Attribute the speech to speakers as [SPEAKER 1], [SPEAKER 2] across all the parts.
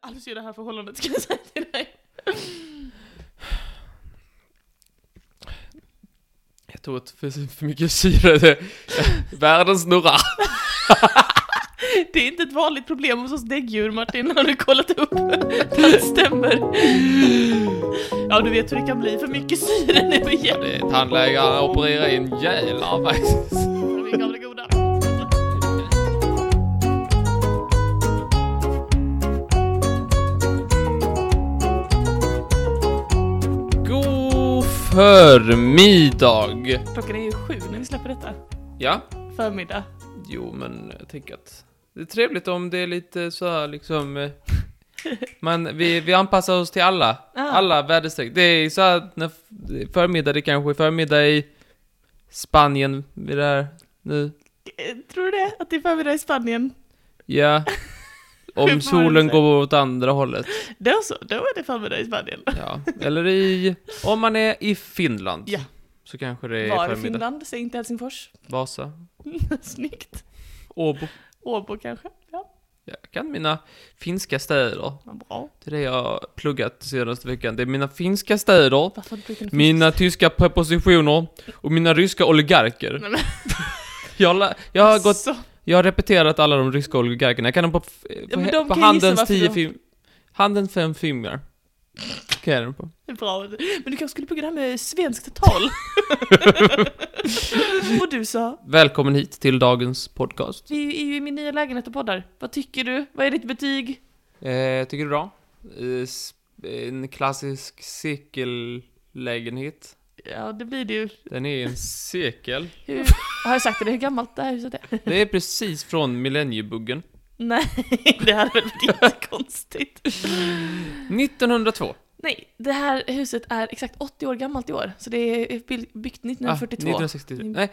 [SPEAKER 1] Alltså det här förhållandet ska jag säga till dig.
[SPEAKER 2] Jag tror att för mycket syre. Världen snurrar.
[SPEAKER 1] Det är inte ett vanligt problem hos oss däggdjur, Martin. Har du kollat upp det stämmer? Ja, du vet hur det kan bli för mycket syre nu igen.
[SPEAKER 2] Det är tandlägare opererar in jävlar faktiskt.
[SPEAKER 1] Vi kan bli goda.
[SPEAKER 2] God förmiddag.
[SPEAKER 1] Klockan är ju 7 när vi släpper detta.
[SPEAKER 2] Ja.
[SPEAKER 1] Förmiddag.
[SPEAKER 2] Jo, men jag tänker att det är trevligt om det är lite så här liksom vi anpassar oss till alla väderstreck. Det är så här när förmiddag, det kanske är förmiddag i Spanien vid det här nu.
[SPEAKER 1] Tror du det? Att det är förmiddag i Spanien?
[SPEAKER 2] Ja. Om solen går åt andra hållet.
[SPEAKER 1] Då är det förmiddag i Spanien.
[SPEAKER 2] Ja, eller om man är i Finland.
[SPEAKER 1] Ja.
[SPEAKER 2] Så kanske det är
[SPEAKER 1] Var
[SPEAKER 2] förmiddag.
[SPEAKER 1] i Finland? Säg inte Helsingfors.
[SPEAKER 2] Vasa.
[SPEAKER 1] Snyggt.
[SPEAKER 2] Åbo.
[SPEAKER 1] Kanske, ja.
[SPEAKER 2] Jag kan mina finska städer.
[SPEAKER 1] Vad bra.
[SPEAKER 2] Det är det jag har pluggat senaste veckan. Det är mina finska städer, mina tyska prepositioner och mina ryska oligarker.
[SPEAKER 1] Nej, men...
[SPEAKER 2] jag har repeterat alla de ryska oligarkerna. Jag kan dem på handens 10 handens 5 fingrar. Kan jag dem på.
[SPEAKER 1] Det är bra. Men du kanske skulle plugga det här med svenskt tal. Och du sa?
[SPEAKER 2] Välkommen hit till dagens podcast.
[SPEAKER 1] Vi är ju i min nya lägenhet och poddar. Vad tycker du? Vad är ditt betyg?
[SPEAKER 2] Tycker du bra? En klassisk cirkellägenhet.
[SPEAKER 1] Ja, det blir det ju.
[SPEAKER 2] Den är en cirkel.
[SPEAKER 1] Har jag sagt det? Hur gammalt det här huset är?
[SPEAKER 2] Det är precis från millenniebuggen.
[SPEAKER 1] Nej, det hade väl varit jättekonstigt.
[SPEAKER 2] 1902.
[SPEAKER 1] Nej, det här huset är exakt 80 år gammalt i år. Så det är byggt 1942.
[SPEAKER 2] 1963. Nej.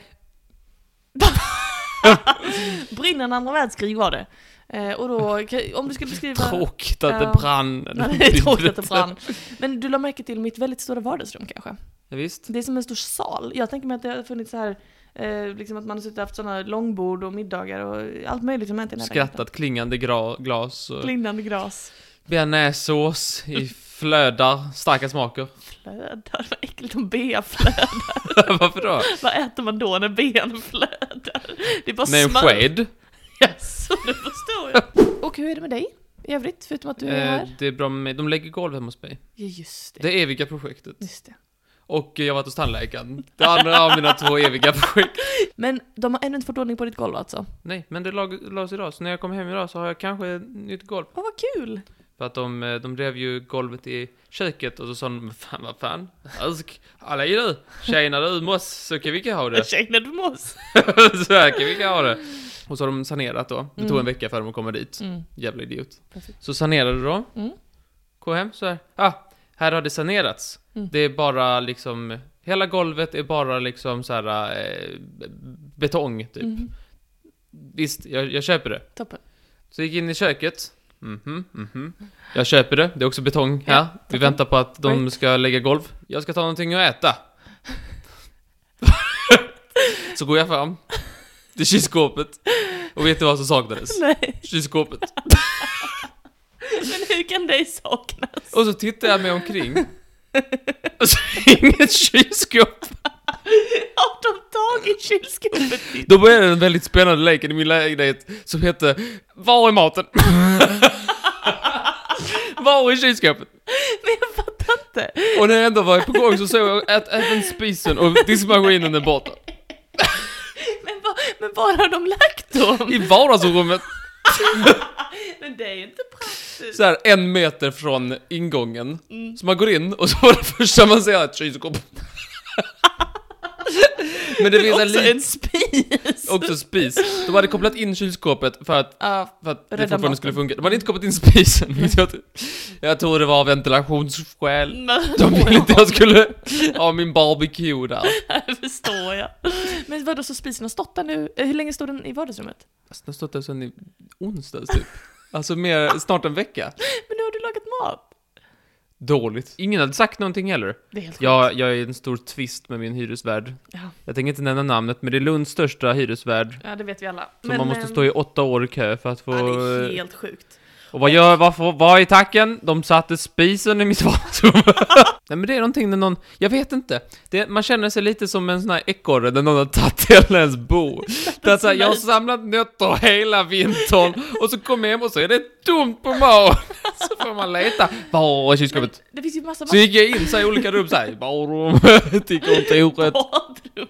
[SPEAKER 1] Brinnande andra världskrig var det. Och då, om du skulle beskriva...
[SPEAKER 2] Tråkigt att det brann.
[SPEAKER 1] Nej, det är tråkigt att det brann. Men du la märke till mitt väldigt stora vardagsrum kanske?
[SPEAKER 2] Ja, visst.
[SPEAKER 1] Det är som en stor sal. Jag tänker mig att det har funnits så här... liksom att man har suttit och haft sådana långbord och middagar och allt möjligt som inte är
[SPEAKER 2] skrattat, klingande glas och
[SPEAKER 1] klingande glas,
[SPEAKER 2] bearnaisesås i flödar, starka smaker.
[SPEAKER 1] Flödar? Vad äckligt om bea flödar.
[SPEAKER 2] Varför då?
[SPEAKER 1] Vad äter man då när ben flödar? Det är bara
[SPEAKER 2] med en sked.
[SPEAKER 1] Ja, så det förstår jag. Och hur är det med dig i övrigt, förutom att du är här?
[SPEAKER 2] Det är bra med de lägger golv hemma hos mig.
[SPEAKER 1] Ja, just det.
[SPEAKER 2] Det eviga projektet.
[SPEAKER 1] Just det.
[SPEAKER 2] Och jag har varit hos tandläkaren. Det andra av mina 2 eviga projekt.
[SPEAKER 1] Men de har ännu inte fått ordning på ditt golv alltså?
[SPEAKER 2] Nej, men det lades idag. Så när jag kom hem idag så har jag kanske ett nytt golv.
[SPEAKER 1] Åh, vad kul!
[SPEAKER 2] För att de rev ju golvet i köket. Och så sa de, vad fan? Alla är du. Tjena du moss, så kan vi inte ha det.
[SPEAKER 1] Tjena du moss.
[SPEAKER 2] Så här kan vi inte ha det. Och så har de sanerat då. Det tog en vecka för de kommer dit. Jävla idiot.
[SPEAKER 1] Perfekt.
[SPEAKER 2] Så sanerade då. Kom hem så här. Här har det sanerats. Det är bara liksom... Hela golvet är bara liksom så här betong typ. Visst, jag köper det.
[SPEAKER 1] Toppen.
[SPEAKER 2] Så jag gick in i köket. Jag köper det. Det är också betong här. Vi väntar på att de ska lägga golv. Jag ska ta någonting att äta. Så går jag fram till kylskåpet. Och vet du vad som saknades?
[SPEAKER 1] Nej.
[SPEAKER 2] Kylskåpet.
[SPEAKER 1] Men hur kan det saknas?
[SPEAKER 2] Och så tittar jag mig omkring. Och så inget kylskåp.
[SPEAKER 1] Har de tagit kylskåpet ditt?
[SPEAKER 2] Då började en väldigt spännande leken i min lägenhet som hette var är maten? Var är kylskåpet?
[SPEAKER 1] Men jag fattar inte.
[SPEAKER 2] Och när jag ändå var på gång så såg jag att även spisen och diskmaskinen är borta.
[SPEAKER 1] Men var har de lagt dem?
[SPEAKER 2] I vardagsrummet.
[SPEAKER 1] Men det är inte praktiskt.
[SPEAKER 2] Så här 1 meter från ingången. Så man går in och så var det första man ser ett kylskåp. Men det finns
[SPEAKER 1] också en spis.
[SPEAKER 2] Också spis. De hade kopplat in kylskåpet för att det fortfarande skulle funka. De hade inte kopplat in spisen. Jag tror det var ventilationsskäl. De ville inte jag skulle ha min barbecue där.
[SPEAKER 1] Det förstår jag. Men vadå, så spisen har stått där nu? Hur länge stod den i vardagsrummet?
[SPEAKER 2] Alltså, den har stått där sedan i onsdags typ. Alltså snart en vecka.
[SPEAKER 1] Men nu har du lagat mat.
[SPEAKER 2] Dåligt. Ingen hade sagt någonting heller.
[SPEAKER 1] Det är helt
[SPEAKER 2] jag är i en stor twist med min hyresvärd.
[SPEAKER 1] Ja.
[SPEAKER 2] Jag tänker inte nämna namnet, men det är Lunds största hyresvärd.
[SPEAKER 1] Ja, det vet vi alla.
[SPEAKER 2] Så man måste stå i 8 år i kö för att få...
[SPEAKER 1] Ja, det är helt sjukt.
[SPEAKER 2] Och vad är tacken? De satte spisen i mitt vardagsrum. Nej, men det är någonting när någon... Jag vet inte. Man känner sig lite som en sån här ekorre där någon har tagit hela ens bo. Där så här, jag har samlat nötter hela vintern och så kommer jag hem och så är det tomt på magen. Så får man leta. Var är kylskåpet?
[SPEAKER 1] Det finns ju massa...
[SPEAKER 2] Så gick jag in så i olika rum så här. Badrum, till kontoret.
[SPEAKER 1] Badrum.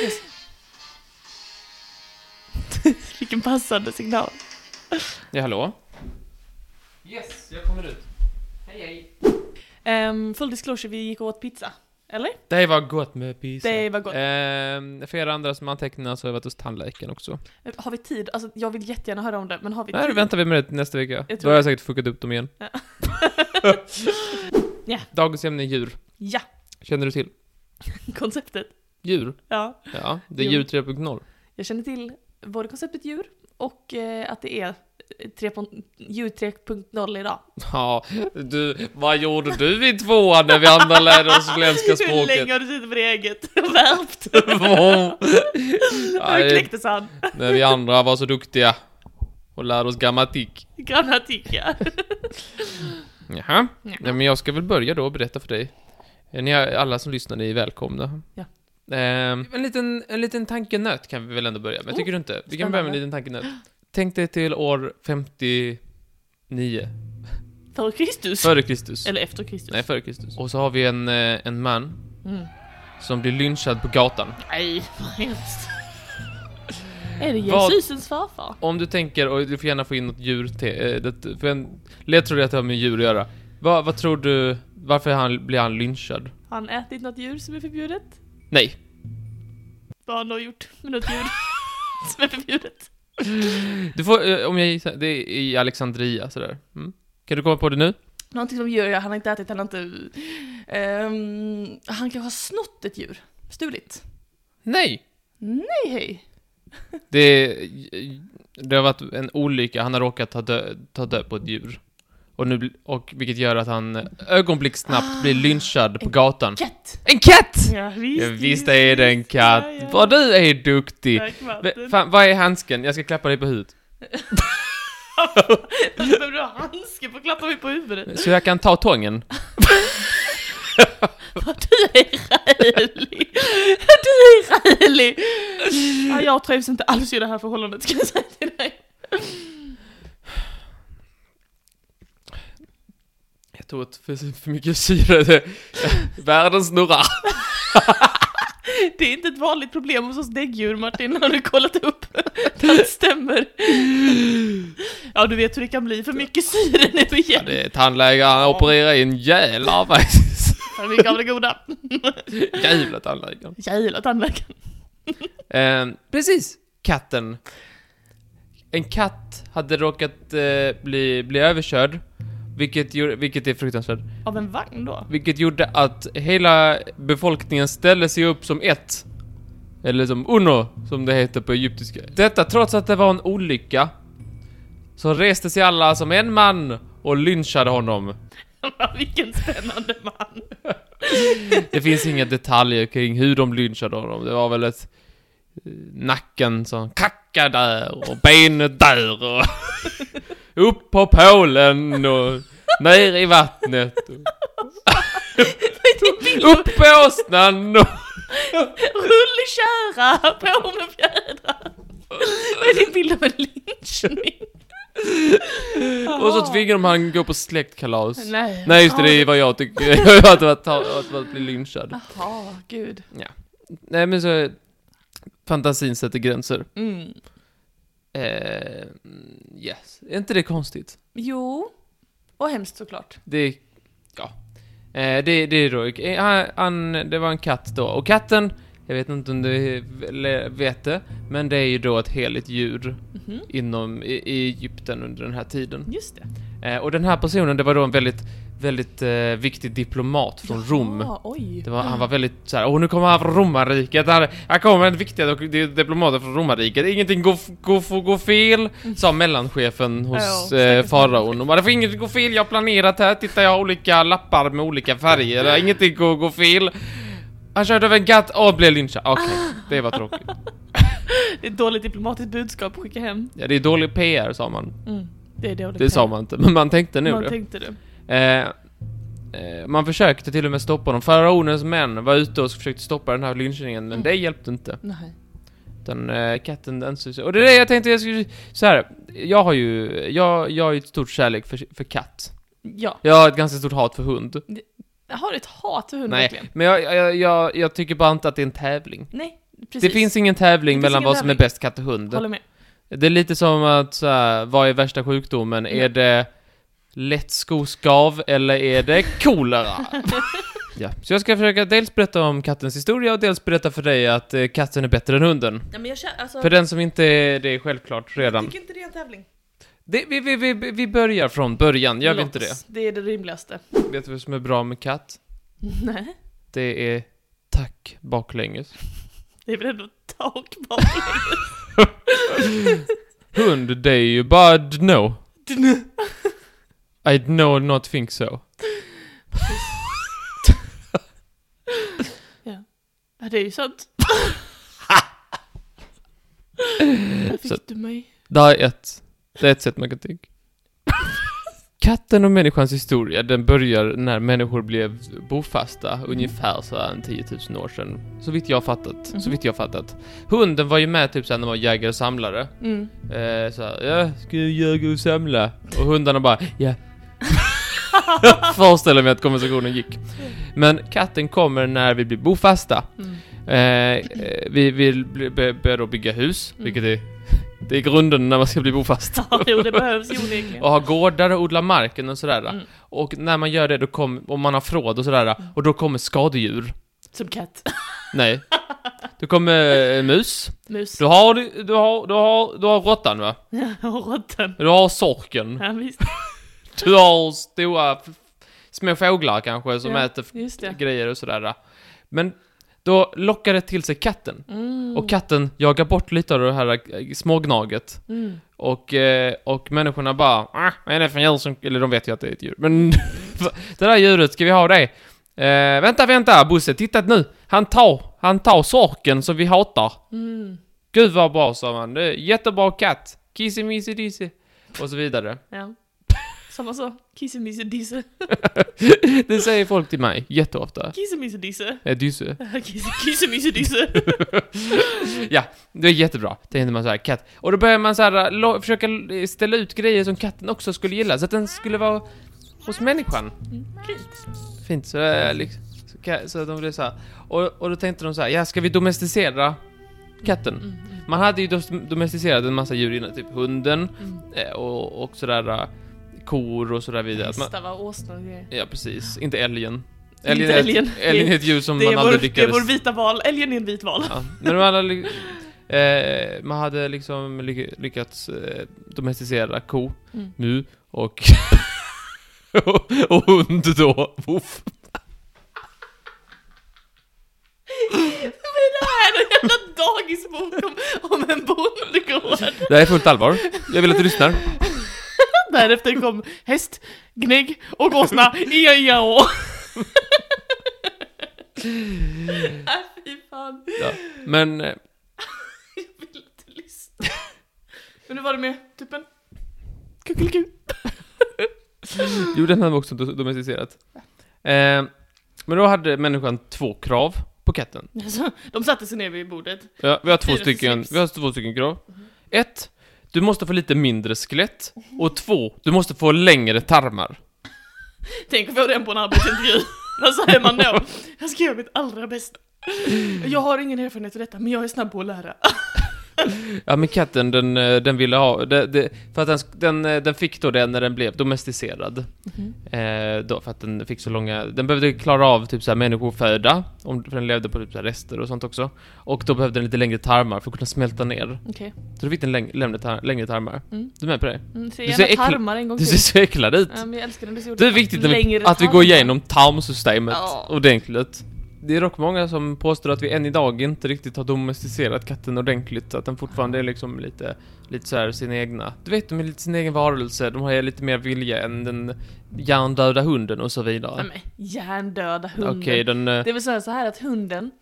[SPEAKER 1] Vilken passande signal.
[SPEAKER 2] Ja, hallå? Yes, jag kommer ut. Hej, hej.
[SPEAKER 1] Full disclosure, vi gick och åt pizza. Eller?
[SPEAKER 2] Det var gott med pizza.
[SPEAKER 1] Det var gott.
[SPEAKER 2] För er andra som antecknar så har jag varit hos tandläkaren också.
[SPEAKER 1] Har vi tid? Alltså, jag vill jättegärna höra om det, men har vi
[SPEAKER 2] Nej,
[SPEAKER 1] tid?
[SPEAKER 2] då väntar vi med det nästa vecka.
[SPEAKER 1] Jag
[SPEAKER 2] Då har jag säkert fuckat upp dem igen.
[SPEAKER 1] Ja. Ja.
[SPEAKER 2] Dagens ämne är djur.
[SPEAKER 1] Ja,
[SPEAKER 2] Känner du till?
[SPEAKER 1] konceptet.
[SPEAKER 2] Djur?
[SPEAKER 1] Ja.
[SPEAKER 2] Ja, det är
[SPEAKER 1] Jo.
[SPEAKER 2] djur 3.0.
[SPEAKER 1] Jag känner till både konceptet djur och att det är djur 3.0 idag.
[SPEAKER 2] Ja, vad gjorde du i tvåan när vi andra lärde oss svenska
[SPEAKER 1] Hur
[SPEAKER 2] språket?
[SPEAKER 1] länge har du suttit på det eget och värpt? Hur kläcktes han?
[SPEAKER 2] När vi andra var så duktiga och lärde oss grammatik.
[SPEAKER 1] Grammatik, ja.
[SPEAKER 2] Jaha, ja, men jag ska väl börja då och berätta för dig. Ni alla som lyssnar, ni är välkomna.
[SPEAKER 1] Ja.
[SPEAKER 2] En liten tankenöt kan vi väl ändå börja med, tycker du inte? Vi kan börja med en liten tankenöt. Tänk dig till år 59.
[SPEAKER 1] Före Kristus?
[SPEAKER 2] Före Kristus.
[SPEAKER 1] Eller efter Kristus?
[SPEAKER 2] Nej, före Kristus. Och så har vi en man som blir lynchad på gatan.
[SPEAKER 1] Nej, vad hemskt. Är det Jesusens farfar?
[SPEAKER 2] Om du tänker, och du får gärna få in något djur till, för en ledtråd att det har med djur att göra. Vad tror du, varför blir han lynchad?
[SPEAKER 1] Har han ätit något djur som är förbjudet?
[SPEAKER 2] Nej.
[SPEAKER 1] Vad har han då gjort med något djur som är förbjudet?
[SPEAKER 2] Du får, om jag gissar, det är i Alexandria sådär. Kan du komma på det nu?
[SPEAKER 1] Någonting som djur, han har inte ätit, han har inte... han kanske har snott ett djur. Stulit.
[SPEAKER 2] Nej.
[SPEAKER 1] Nej.
[SPEAKER 2] Det har varit en olycka, han har råkat ta död på ett djur. Och vilket gör att han ögonblicksnabbt blir lynchad på gatan.
[SPEAKER 1] Katt!
[SPEAKER 2] En katt!
[SPEAKER 1] Ja, visst.
[SPEAKER 2] Visst är det en katt.
[SPEAKER 1] Ja, ja.
[SPEAKER 2] Vad du är duktig.
[SPEAKER 1] Tack, Martin.
[SPEAKER 2] Fan, vad är handsken? Jag ska klappa dig på huvudet.
[SPEAKER 1] Varför behöver du ha handske på att klappa mig på huvudet?
[SPEAKER 2] Så jag kan ta tången.
[SPEAKER 1] Vad du är rälig. Du är rälig. Ja, jag trivs inte alls i det här förhållandet, ska jag säga till dig.
[SPEAKER 2] Jag tog för mycket syre. Världen snurrar.
[SPEAKER 1] Det är inte ett vanligt problem hos oss däggdjur, Martin. Har du kollat upp? Det stämmer. Ja, du vet hur det kan bli för mycket syre nu igen.
[SPEAKER 2] Ja, det är tandlägaren opererar in jävlar.
[SPEAKER 1] För vi gamla goda.
[SPEAKER 2] Jävla tandläkaren.
[SPEAKER 1] Jävla tandläkaren.
[SPEAKER 2] Precis, katten. En katt hade råkat bli överkörd. Vilket är fruktansvärt.
[SPEAKER 1] Av en vagn då?
[SPEAKER 2] Vilket gjorde att hela befolkningen ställde sig upp som ett. Eller som uno, som det heter på egyptiska. Detta trots att det var en olycka. Så reste sig alla som en man och lynchade honom.
[SPEAKER 1] Vilken spännande man.
[SPEAKER 2] Det finns inga detaljer kring hur de lynchade honom. Det var väl ett nacken som kacka där och benet där och upp på pålen och ner i vattnet och upp på åsnan och
[SPEAKER 1] rullköra på med fjädrar. Vad är din bild av en lynchning?
[SPEAKER 2] Och så tvingar de han gå på släktkalas.
[SPEAKER 1] Nej,
[SPEAKER 2] Just det är vad jag tycker. Att bli lynchad.
[SPEAKER 1] Jaha, gud.
[SPEAKER 2] Ja. Nej, men så fantasin sätter gränser. Yes. Är inte det konstigt?
[SPEAKER 1] Jo. Och hemskt såklart.
[SPEAKER 2] Det är då det var en katt då. Och katten, jag vet inte om du vet det, men det är ju då ett heligt djur inom i Egypten under den här tiden.
[SPEAKER 1] Just det.
[SPEAKER 2] Och den här personen, det var då en väldigt viktig diplomat från Rom.
[SPEAKER 1] Oj.
[SPEAKER 2] Han var väldigt så här, nu kommer han från romarriket. Här kommer en viktig diplomat från romarriket. Ingenting går fel, sa mellanchefen hos faraon. Det får inget gå fel, jag har planerat här. Titta, jag har olika lappar med olika färger. Ingenting går fel. Han körde över en gatt och blev lynchad. Okej, det var tråkigt.
[SPEAKER 1] Det är ett dåligt diplomatiskt budskap att skicka hem.
[SPEAKER 2] Ja, det är dålig PR, sa man.
[SPEAKER 1] Det är dåligt.
[SPEAKER 2] Det sa man inte, men man tänkte nog
[SPEAKER 1] Man
[SPEAKER 2] det.
[SPEAKER 1] tänkte det.
[SPEAKER 2] Man försökte till och med stoppa dem. Faraonens män var ute och försökte stoppa den här lynchningen, men det hjälpte inte.
[SPEAKER 1] Nej.
[SPEAKER 2] Den katten ansåg sig. Och det är det jag tänkte jag skulle så här. Jag har ju ett stort kärlek för katt.
[SPEAKER 1] Ja.
[SPEAKER 2] Jag har ett ganska stort hat för hund.
[SPEAKER 1] Jag har ett hat för hund
[SPEAKER 2] Nej,
[SPEAKER 1] verkligen.
[SPEAKER 2] men jag tycker bara inte att det är en tävling.
[SPEAKER 1] Nej, precis.
[SPEAKER 2] Det finns ingen tävling mellan vad som är bäst, katt och hund.
[SPEAKER 1] Håller med.
[SPEAKER 2] Det är lite som att så här, vad är värsta sjukdomen? Är det lättskoskav eller är det kolera? Ja, så jag ska försöka dels berätta om kattens historia och dels berätta för dig att katten är bättre än hunden.
[SPEAKER 1] Ja, men jag känner, alltså,
[SPEAKER 2] För den som inte är det självklart redan.
[SPEAKER 1] jag tycker inte det är en tävling.
[SPEAKER 2] Vi börjar från början, gör vi inte det?
[SPEAKER 1] Det är det rimligaste.
[SPEAKER 2] Vet du vad som är bra med katt?
[SPEAKER 1] Nej,
[SPEAKER 2] Det är tack baklänges.
[SPEAKER 1] det är väl ändå tak baklänges.
[SPEAKER 2] Hund, det är ju bara no. I know not think so.
[SPEAKER 1] Ja, det är ju sant. Där fick du mig.
[SPEAKER 2] Det är ett sätt man kan tänka. Katten och människans historia, den börjar när människor blev bofasta, ungefär så här 10 000 år sedan. Så vitt jag har fattat. Hunden var ju med typ så här när man var jägare och samlare. Så här, ja, ska jag jaga och samla? Och hundarna bara, ja. Föreställer mig att konversationen gick. Men katten kommer när vi blir bofasta. Vi börjar då bygga hus, vilket det är grunden när man ska bli bofast.
[SPEAKER 1] Ja, jo, det behövs ju onekligen.
[SPEAKER 2] Och ha gårdar och odla marken och sådär. Och när man gör det, då om man har fråd och sådär, och då kommer skadedjur.
[SPEAKER 1] Som katt.
[SPEAKER 2] Nej. Då kommer mus. Du har råttan, va?
[SPEAKER 1] Ja, råttan.
[SPEAKER 2] Du har sorken.
[SPEAKER 1] Ja, visst.
[SPEAKER 2] Du har stora små fåglar kanske som äter grejer och sådär. Men då lockar det till sig katten. Och katten jagar bort lite av det här smågnaget. Och människorna bara, vad är det för djur som... Eller de vet ju att det är ett djur. Men det där djuret, ska vi ha det? Vänta, Bosse, titta nu. Han tar sorken som vi hatar. Gud vad bra, sa man. Det är jättebra katt. Kissemisse. Och så vidare.
[SPEAKER 1] Ja. Samma så. Kissemisse disse.
[SPEAKER 2] Det säger folk till mig jätteofta.
[SPEAKER 1] Kissemisse disse.
[SPEAKER 2] Disse.
[SPEAKER 1] Kissemisse disse.
[SPEAKER 2] Ja, det är jättebra. Tänkte man så här, katt. Och då börjar man så här försöka ställa ut grejer som katten också skulle gilla. Så att den skulle vara hos människan. Fint. Så liksom, så de blev så här. Och då tänkte de så här, ja, ska vi domesticera katten? Man hade ju domesticerat en massa djur innan, typ hunden och sådär, kor och sådär vidare.
[SPEAKER 1] Hästar var åsnor och grejer.
[SPEAKER 2] Ja, precis. Inte älgen.
[SPEAKER 1] Älgen
[SPEAKER 2] är ett djur som man aldrig lyckades.
[SPEAKER 1] Det är vår vita val. Älgen är en vit val.
[SPEAKER 2] Ja, men man hade liksom lyckats domesticera ko nu och och hund då. Uff.
[SPEAKER 1] Men det här är en jävla dagisbok om en bondgård.
[SPEAKER 2] Det här är fullt allvar. Jag vill att du lyssnar.
[SPEAKER 1] Därefter kom häst, gnägg och åsna. Ja. Fy fan.
[SPEAKER 2] Ja, men
[SPEAKER 1] jag vill inte lyssna. Men nu var det med typen kuckeliku.
[SPEAKER 2] Jo, den hade vi också domesticerat. Men då hade människan 2 krav på katten.
[SPEAKER 1] Alltså, de satte sig ner vid bordet.
[SPEAKER 2] Ja, vi har 2 stycken krav. 1, du måste få lite mindre skelett. Och 2, du måste få längre tarmar.
[SPEAKER 1] Tänk att få den på en arbetsintervju. Vad säger man då? Jag ska göra mitt allra bästa. Jag har ingen erfarenhet av detta, men jag är snabb på att lära.
[SPEAKER 2] Ja, men katten, den ville ha för att den fick då det när den blev domesticerad. Då, för att den fick så långa, den behövde klara av typ så här människoföda, för den levde på typ så här rester och sånt också. Och då behövde den lite längre tarmar för att kunna smälta ner.
[SPEAKER 1] Okay.
[SPEAKER 2] Så då fick den längre tarmar. Du är med på det?
[SPEAKER 1] Du ser tarmar en gång till.
[SPEAKER 2] Du ser så äcklad ut.
[SPEAKER 1] Ja, men jag älskar den.
[SPEAKER 2] Det är viktigt att vi går igenom tarmsystemet ordentligt. Det är dock många som påstår att vi än idag inte riktigt har domesticerat katten ordentligt. Att den fortfarande är liksom lite så här sin egna. Du vet, de är lite sin egen varelse. De har lite mer vilja än den hjärndöda hunden och så vidare.
[SPEAKER 1] Nej, men hjärndöda hunden.
[SPEAKER 2] Okay,
[SPEAKER 1] det vill säga så här att hunden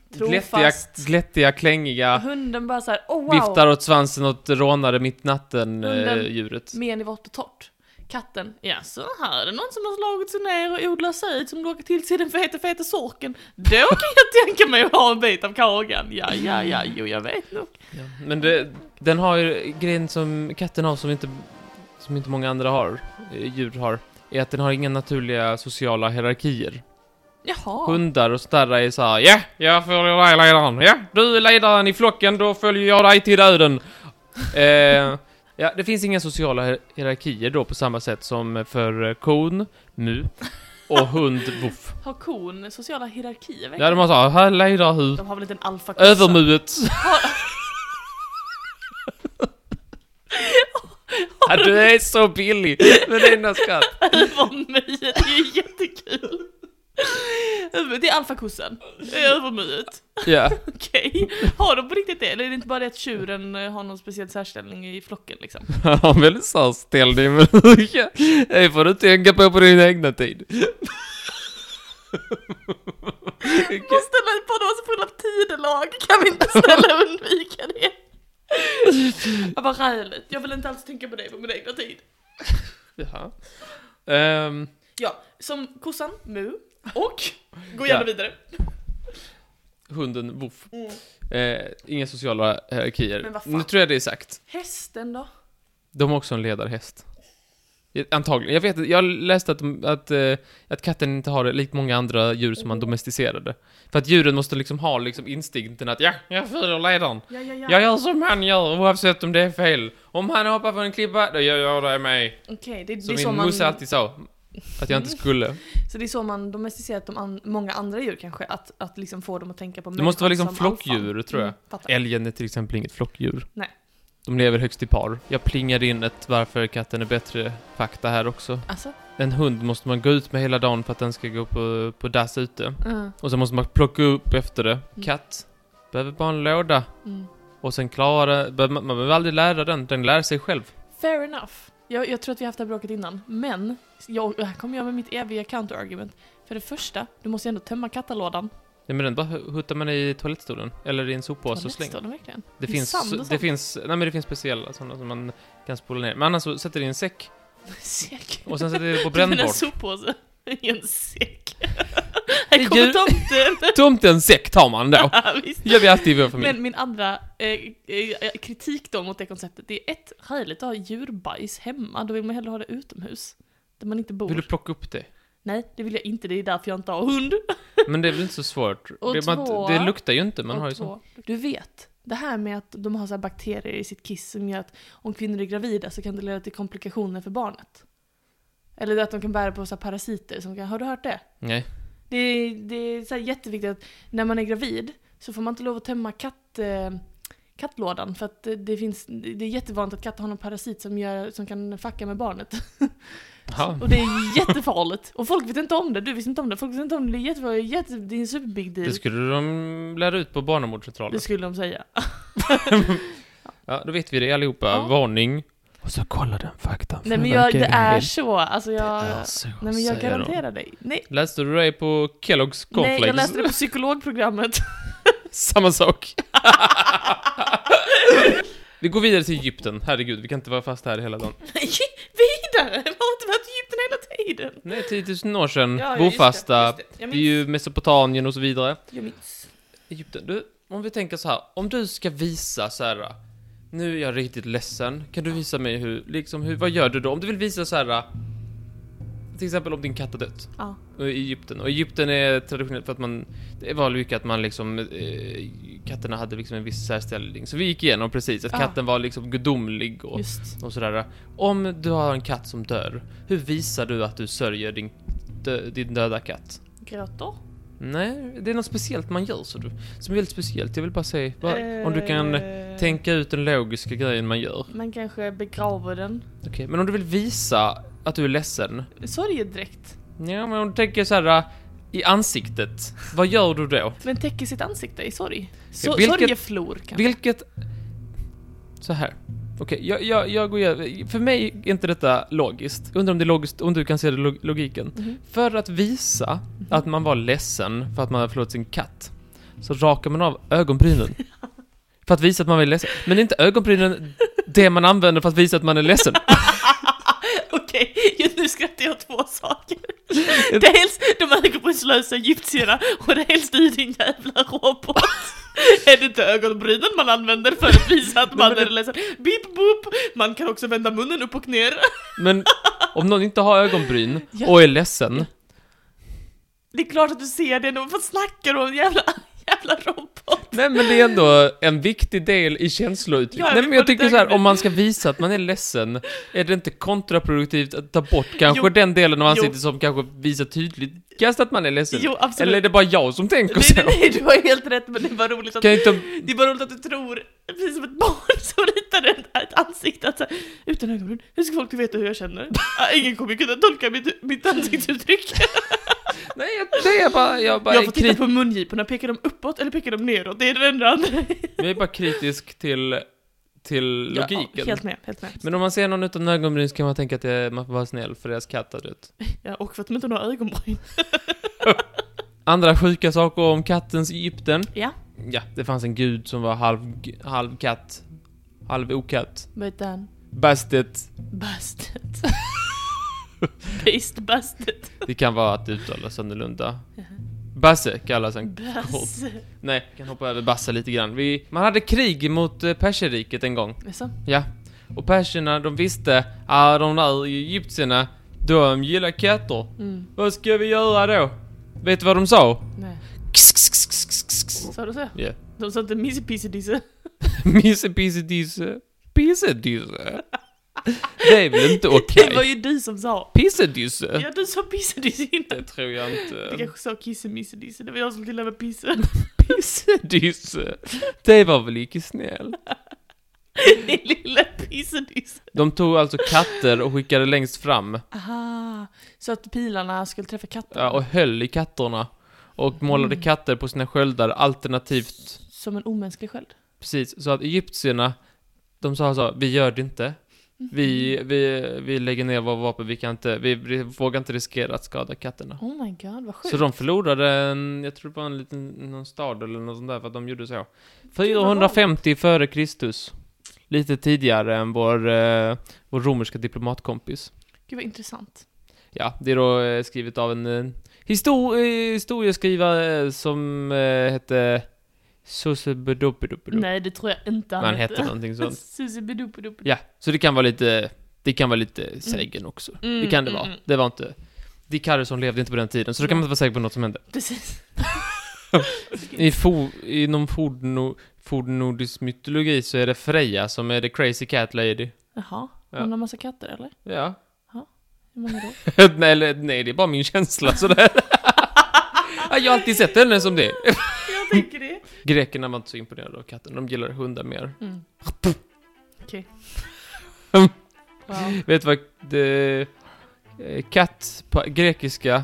[SPEAKER 2] Glättiga, klängiga.
[SPEAKER 1] Och hunden bara så här, wow.
[SPEAKER 2] Viftar åt svansen och rånare mitt natten djuret.
[SPEAKER 1] Men i vått och torrt. Katten, ja så här är det någon som har slagit sig ner och odlat sig ut som lockar till sig den feta sorken. Då kan jag tänka mig att ha en bit av kagan. Ja, jag vet nog.
[SPEAKER 2] Ja, men den har ju grejen som katten har som inte många andra djur har, är att den har inga naturliga sociala hierarkier.
[SPEAKER 1] Jaha.
[SPEAKER 2] Hundar och sådär är så här, ja, jag följer dig ledaren. Ja, du är ledaren i flocken, då följer jag dig till döden. Ja, det finns inga sociala hierarkier då på samma sätt som för kon, mu och hund, voff.
[SPEAKER 1] Har kon sociala hierarkier?
[SPEAKER 2] Ja, de har så här ledarhus.
[SPEAKER 1] De har väl inte en alfakossa?
[SPEAKER 2] Övermuet. Ja, du är så billig med dina skatt.
[SPEAKER 1] Övermuet, det är ju jättekul. Det är alfakossan. Övermuet.
[SPEAKER 2] Ja.
[SPEAKER 1] Okej. Har de på riktigt det? Eller är det inte bara det att tjuren har någon speciell särställning i flocken liksom?
[SPEAKER 2] Ja, väldigt särställning. Men det får du tänka på din egna tid.
[SPEAKER 1] Måste man på någon så full av tidelag? Kan vi inte snälla undvika det? Jag var räligt. Jag vill inte alls tänka på det på min egna tid.
[SPEAKER 2] Jaha.
[SPEAKER 1] Ja, som kossan, mu. Och, gå gärna vidare.
[SPEAKER 2] Hunden, voff. Inga sociala hierarkier.
[SPEAKER 1] Men vad fan?
[SPEAKER 2] Nu tror jag det är sagt.
[SPEAKER 1] Hästen då?
[SPEAKER 2] De har också en ledarhäst. Antagligen. Jag läste att katten inte har likt många andra djur som man domesticerade. För att djuren måste liksom ha instinkten att jag följer ledaren.
[SPEAKER 1] Ja.
[SPEAKER 2] Jag gör som han gör oavsett om det är fel. Om han hoppar på en klippa, då gör jag det med.
[SPEAKER 1] Okej, det är
[SPEAKER 2] som
[SPEAKER 1] så
[SPEAKER 2] min morsa alltid sa. Att jag inte skulle.
[SPEAKER 1] Så det är så man domesticerat många andra djur kanske, att liksom få dem att tänka på.
[SPEAKER 2] Det måste vara liksom flockdjur, tror jag. Älgen är till exempel inget flockdjur.
[SPEAKER 1] Nej.
[SPEAKER 2] De lever högst i par. Jag plingar in ett varför katten är bättre fakta här också.
[SPEAKER 1] Alltså?
[SPEAKER 2] En hund måste man gå ut med hela dagen för att den ska gå på dass ute. Och så måste man plocka upp efter det. Katt behöver bara en låda. Och sen man behöver aldrig lära den lär sig själv.
[SPEAKER 1] Fair enough. Jag tror att vi har haft det här bråket innan. Men, här kommer jag med mitt eviga counter-argument. För det första, du måste ändå tömma kattalådan.
[SPEAKER 2] Nej, men den bara huttar man i toalettstolen. Eller i en soppåse och slänger.
[SPEAKER 1] Toalettstolen, verkligen?
[SPEAKER 2] Det finns speciella sådana som man kan spola ner. Men annars så sätter det i en säck.
[SPEAKER 1] Säck?
[SPEAKER 2] Och sen sätter det på brännbart.
[SPEAKER 1] En soppåse i en säck. Här kommer tomten.
[SPEAKER 2] Tomten säck tar man då. Gör vi alltid i vår familj.
[SPEAKER 1] Men min andra kritik då mot det konceptet, det är härligt att ha djurbajs hemma. Då vill man hellre ha det utomhus. Där man inte bor.
[SPEAKER 2] Vill du plocka upp det?
[SPEAKER 1] Nej, det vill jag inte. Det är därför jag inte har hund.
[SPEAKER 2] Men det är väl inte så svårt. Det luktar ju inte. Man har ju så.
[SPEAKER 1] Du vet, det här med att de har så här bakterier i sitt kiss som gör att om kvinnor är gravida så kan det leda till komplikationer för barnet. Eller att de kan bära på så här parasiter som kan... Har du hört det?
[SPEAKER 2] Nej.
[SPEAKER 1] Det är så här jätteviktigt att när man är gravid så får man inte lov att tömma kattlådan för att det är jättevanligt att katter har någon parasit som kan fucka med barnet. Och det är jättefarligt. Och folk vet inte om det. Du visste inte om det. Folk vet inte om det. Det är jättefarligt. Det är en superbig deal.
[SPEAKER 2] Det skulle de lära ut på barnavårdscentralen.
[SPEAKER 1] Det skulle de säga.
[SPEAKER 2] Ja, då vet vi det allihopa. Ja. Varning. Och så kolla den faktan.
[SPEAKER 1] Nej, men det är så. Alltså nej, men jag garanterar dig. Nej.
[SPEAKER 2] Läste du det på Kellogg's Cornflakes?
[SPEAKER 1] Nej, jag läste det på psykologprogrammet.
[SPEAKER 2] Samma sak. Vi går vidare till Egypten. Herregud, vi kan inte vara fast här hela dagen.
[SPEAKER 1] Vidare? Jag har inte varit i Egypten hela tiden.
[SPEAKER 2] Nej, 10 000 år sedan. Ja, bofasta. Det är ju Mesopotamien och så vidare.
[SPEAKER 1] Jag minns.
[SPEAKER 2] Egypten. Om vi tänker så här. Om du ska visa så här. Nu är jag riktigt ledsen. Kan du visa mig vad gör du då? Om du vill visa så här. Till exempel om din katt har dött.
[SPEAKER 1] Ja.
[SPEAKER 2] I Egypten. Och Egypten är traditionellt för att det var lyckat att man katterna hade liksom en viss särställning. Så vi gick igenom precis att katten var liksom gudomlig och sådär. Om du har en katt som dör, hur visar du att du sörjer din döda katt?
[SPEAKER 1] Gråter?
[SPEAKER 2] Nej, det är något speciellt man gör som är väldigt speciellt. Jag vill bara säga om du kan tänka ut den logiska grejen man gör.
[SPEAKER 1] Man kanske begraver den.
[SPEAKER 2] Okej, men om du vill visa att du är ledsen.
[SPEAKER 1] Sorgedräkt.
[SPEAKER 2] Ja, men om du tänker så här i ansiktet. Vad gör du då?
[SPEAKER 1] Men täcker sitt ansikte i sorg. Sorgeflor kanske.
[SPEAKER 2] Vilket så här. Okej, jag går för mig är inte detta logiskt. Undrar om det är logiskt, om du kan se logiken. För att visa att man var ledsen för att man hade förlorat sin katt, så rakar man av ögonbrynen. För att visa att man är ledsen. Men det är inte ögonbrynen det man använder för att visa att man är ledsen.
[SPEAKER 1] Okej, just nu skrattar jag 2 saker. Dels de ögonbrynslösa egyptierna och dels du din jävla robot. Är det inte ögonbrynen man använder för att visa att man är ledsen? Bip boop. Man kan också vända munnen upp och ner.
[SPEAKER 2] Men om någon inte har ögonbryn och är ledsen.
[SPEAKER 1] Det är klart att du ser det. Vad snackar du om? Jävla robot.
[SPEAKER 2] Nej, men det är ändå en viktig del i känslouttryck. Nej, men jag tycker så här, om man ska visa att man är ledsen, är det inte kontraproduktivt att ta bort kanske den delen av ansiktet som kanske visar tydligt att man är ledsen?
[SPEAKER 1] Jo, absolut.
[SPEAKER 2] Eller är det bara jag som tänker så?
[SPEAKER 1] Nej, du har helt rätt, men det var roligt att, det är bara roligt att du tror, precis som ett barn som ritar ett ansikte, att så här, utan ögonbryn, hur ska folk veta hur jag känner? Ingen kommer kunna tolka mitt ansiktsuttryck.
[SPEAKER 2] Nej, det är bara... Jag
[SPEAKER 1] får titta på mungiporna, pekar de uppåt eller pekar de neråt? Det är det enda andra.
[SPEAKER 2] Jag är bara kritisk till logiken.
[SPEAKER 1] Ja, helt med.
[SPEAKER 2] Men om man ser någon utan ögonbryn så kan man tänka att man får vara snäll för deras katter, vet.
[SPEAKER 1] Ja, och för att de inte har ögonbryn.
[SPEAKER 2] Andra sjuka saker om kattens Egypten.
[SPEAKER 1] Ja.
[SPEAKER 2] Ja, det fanns en gud som var halv katt, halv okatt.
[SPEAKER 1] Vad heter han?
[SPEAKER 2] Bastet.
[SPEAKER 1] Bastet.
[SPEAKER 2] Det kan vara att uttalas annorlunda. Basse kallas han.
[SPEAKER 1] Basse.
[SPEAKER 2] Nej, jag kan hoppa över Basse lite grann. Man hade krig mot Perserriket en gång.
[SPEAKER 1] Jaså?
[SPEAKER 2] Ja. Och perserna, de visste att de där egyptierna, de gillar katter. Vad ska vi göra då? Vet du vad de sa?
[SPEAKER 1] Nej.
[SPEAKER 2] Sa
[SPEAKER 1] du så?
[SPEAKER 2] Ja. Yeah.
[SPEAKER 1] De sa inte misse-pisse-disse.
[SPEAKER 2] Misse-pisse-disse. Pisse-disse. Det är väl inte okej.
[SPEAKER 1] Det var ju du som sa.
[SPEAKER 2] Pisse-disse.
[SPEAKER 1] Ja, du sa pisse-disse innan.
[SPEAKER 2] Det tror jag inte.
[SPEAKER 1] Du kanske sa kisse-misse-disse. Det var jag som till med pisse.
[SPEAKER 2] Pisse-disse. Det var väl inte snäll.
[SPEAKER 1] Din lilla pisse-disse.
[SPEAKER 2] De tog alltså katter och skickade längst fram.
[SPEAKER 1] Aha. Så att pilarna skulle träffa katter.
[SPEAKER 2] Ja, och höll i katterna. Och målade katter på sina sköldar alternativt.
[SPEAKER 1] Som en omänsklig sköld.
[SPEAKER 2] Precis, så att egyptierna, de sa så, vi gör det inte. Vi lägger ner våra vapen, vi vågar inte riskera att skada katterna.
[SPEAKER 1] Oh my god, vad sjukt.
[SPEAKER 2] Så de förlorade jag tror det var någon stad eller något sånt där för att de gjorde så. 450 före Kristus. Lite tidigare än vår romerska diplomatkompis.
[SPEAKER 1] Gud vad intressant.
[SPEAKER 2] Ja, det är då skrivet av en historieskrivare som hette Susebedupedupedu.
[SPEAKER 1] Nej, det tror jag inte
[SPEAKER 2] han hette någonting sånt.
[SPEAKER 1] Susebedupedupedu.
[SPEAKER 2] Ja, så det kan vara lite sägen också. Det kan det vara. Det var inte Dick Harrison levde inte på den tiden, så då kan man inte vara säker på något som hände.
[SPEAKER 1] Precis.
[SPEAKER 2] Inom fornnordisk mytologi så är det Freja som är the crazy cat lady.
[SPEAKER 1] Jaha, hon har massa katter eller?
[SPEAKER 2] Ja.
[SPEAKER 1] Hur många då?
[SPEAKER 2] nej, det är bara min känsla sådär. Jag har alltid sett henne som det.
[SPEAKER 1] Jag tänker det.
[SPEAKER 2] Grekerna var inte så imponerade av katten. De gillar hundar mer.
[SPEAKER 1] Okej.
[SPEAKER 2] Wow. Vet du vad katt på grekiska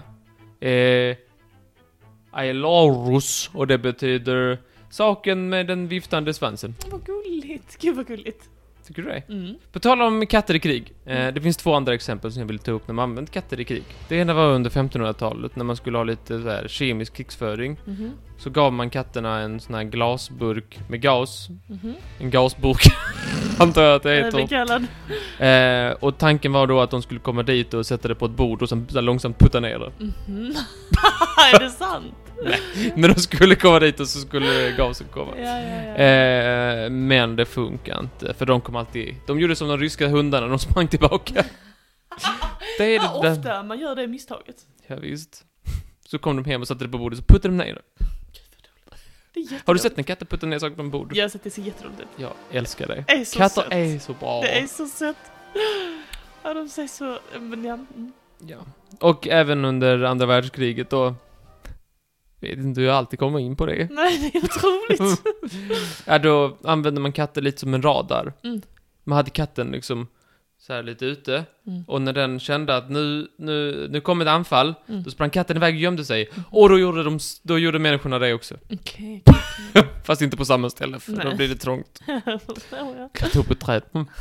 [SPEAKER 2] Ailaurus, och det betyder saken med den viftande svansen.
[SPEAKER 1] Vad gulligt. Gud vad gulligt.
[SPEAKER 2] Tycker du det? På tal om katter i krig. Det finns 2 andra exempel som jag vill ta upp när man använt katter i krig. Det ena var under 1500-talet när man skulle ha lite så här kemisk krigsföring. Så gav man katterna en sån här glasburk med gas. En gasburk. Antar jag att det heter. Och tanken var då att de skulle komma dit och sätta det på ett bord och sen långsamt putta ner det.
[SPEAKER 1] Är det sant?
[SPEAKER 2] Nej, när de skulle komma dit och så skulle gasen komma. Men det funkar inte. För de gjorde som de ryska hundarna, de sprang tillbaka. Det är det
[SPEAKER 1] ofta man gör det misstaget.
[SPEAKER 2] Ja visst. Så kom de hem och satte det på bordet och puttade de ner det. Har du sett när katter puttar ner saker på bordet?
[SPEAKER 1] Jag har sett det, så jätteroligt ut.
[SPEAKER 2] Jag älskar det.
[SPEAKER 1] Katter
[SPEAKER 2] är så bra.
[SPEAKER 1] Det är så sött. Ja, de säger så...
[SPEAKER 2] Ja. Och även under andra världskriget då... Vet inte hur jag alltid kommer in på det.
[SPEAKER 1] Nej, det är otroligt.
[SPEAKER 2] Ja, då använde man katter lite som en radar. Man hade katten liksom så här lite ute. Och när den kände att nu kommer ett anfall, då sprang katten iväg och gömde sig. Och då gjorde människorna det också.
[SPEAKER 1] Okej.
[SPEAKER 2] Fast inte på samma ställe, för då blir det trångt. Klättra upp ett träd.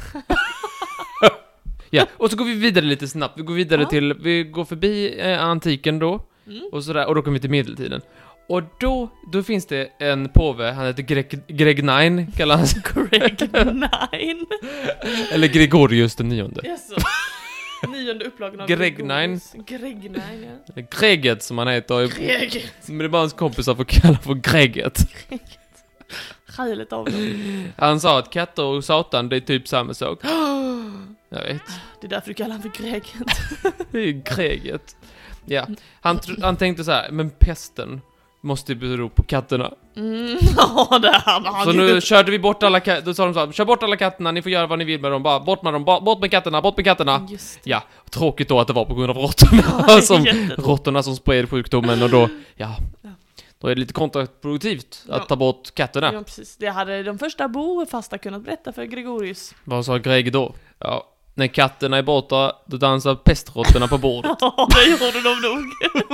[SPEAKER 2] Ja, och så går vi vidare lite snabbt. Vi går vidare vi går förbi antiken då. Och sådär, och då kommer vi till medeltiden. Och då finns det en påve, han heter Greg Nine, kallar han sig.
[SPEAKER 1] Greg Nine.
[SPEAKER 2] Eller Gregorius den 9:e.
[SPEAKER 1] Yes. 9:e upplagan av
[SPEAKER 2] Greg Nine.
[SPEAKER 1] Greg Nine, ja.
[SPEAKER 2] Greget som han heter.
[SPEAKER 1] Greget.
[SPEAKER 2] Men det är bara hans kompisar får kalla för Greget.
[SPEAKER 1] Skälet av det.
[SPEAKER 2] Han sa att katter och satan, det är typ samma sak. Jag vet.
[SPEAKER 1] Det är därför du kallar han för Greget.
[SPEAKER 2] Det är Greget. Ja, han tänkte så här, men pesten måste bero på katterna.
[SPEAKER 1] Ja, det han.
[SPEAKER 2] Så nu körde vi bort alla katter. Då sa de så här, kör bort alla katterna, ni får göra vad ni vill med dem. Bara bort med dem, bort med katterna.
[SPEAKER 1] Just.
[SPEAKER 2] Ja, tråkigt då att det var på grund av råttorna. Råttorna som spred sjukdomen och då, då är det lite kontraproduktivt att ta bort katterna.
[SPEAKER 1] Ja, precis. Det hade de första bofasta kunnat berätta för Gregorius.
[SPEAKER 2] Vad sa Greg då? Ja, när katterna är borta, då dansar pestråttorna på bordet.
[SPEAKER 1] Ja, det gjorde de nog.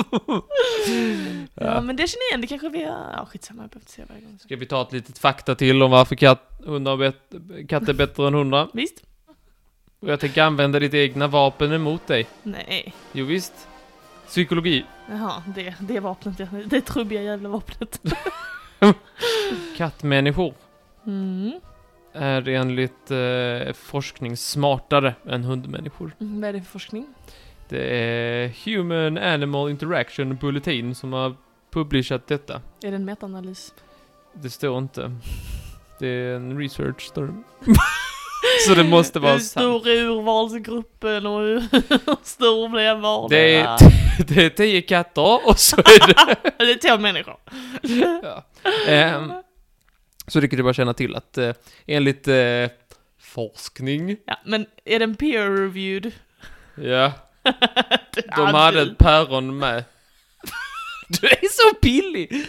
[SPEAKER 1] Ja, men det känner jag igen. Det kanske vi har... Ja, skitsamma. Jag behöver inte se varje gång.
[SPEAKER 2] Ska vi ta ett litet fakta till om varför katter är bättre än hundar?
[SPEAKER 1] Visst.
[SPEAKER 2] Och jag tänker använda ditt egna vapen emot dig.
[SPEAKER 1] Nej.
[SPEAKER 2] Jo visst. Psykologi.
[SPEAKER 1] Jaha, det vapnet. Det trubbiga jävla vapnet.
[SPEAKER 2] Kattmänniskor är enligt forskning smartare än hundmänniskor.
[SPEAKER 1] Vad är det för forskning?
[SPEAKER 2] Det är Human Animal Interaction Bulletin som har publicerat detta.
[SPEAKER 1] Är det en metaanalys?
[SPEAKER 2] Det står inte. Det är en research story. Så det måste vara sant.
[SPEAKER 1] Hur stor är urvalsgruppen och hur stor blev var
[SPEAKER 2] det är 10 katter och så är det...
[SPEAKER 1] det är 10 människor.
[SPEAKER 2] Ja. Så det kan du bara känna till att enligt forskning...
[SPEAKER 1] Ja, men är den peer-reviewed?
[SPEAKER 2] Ja. De hade ett päron med. Du är så pillig!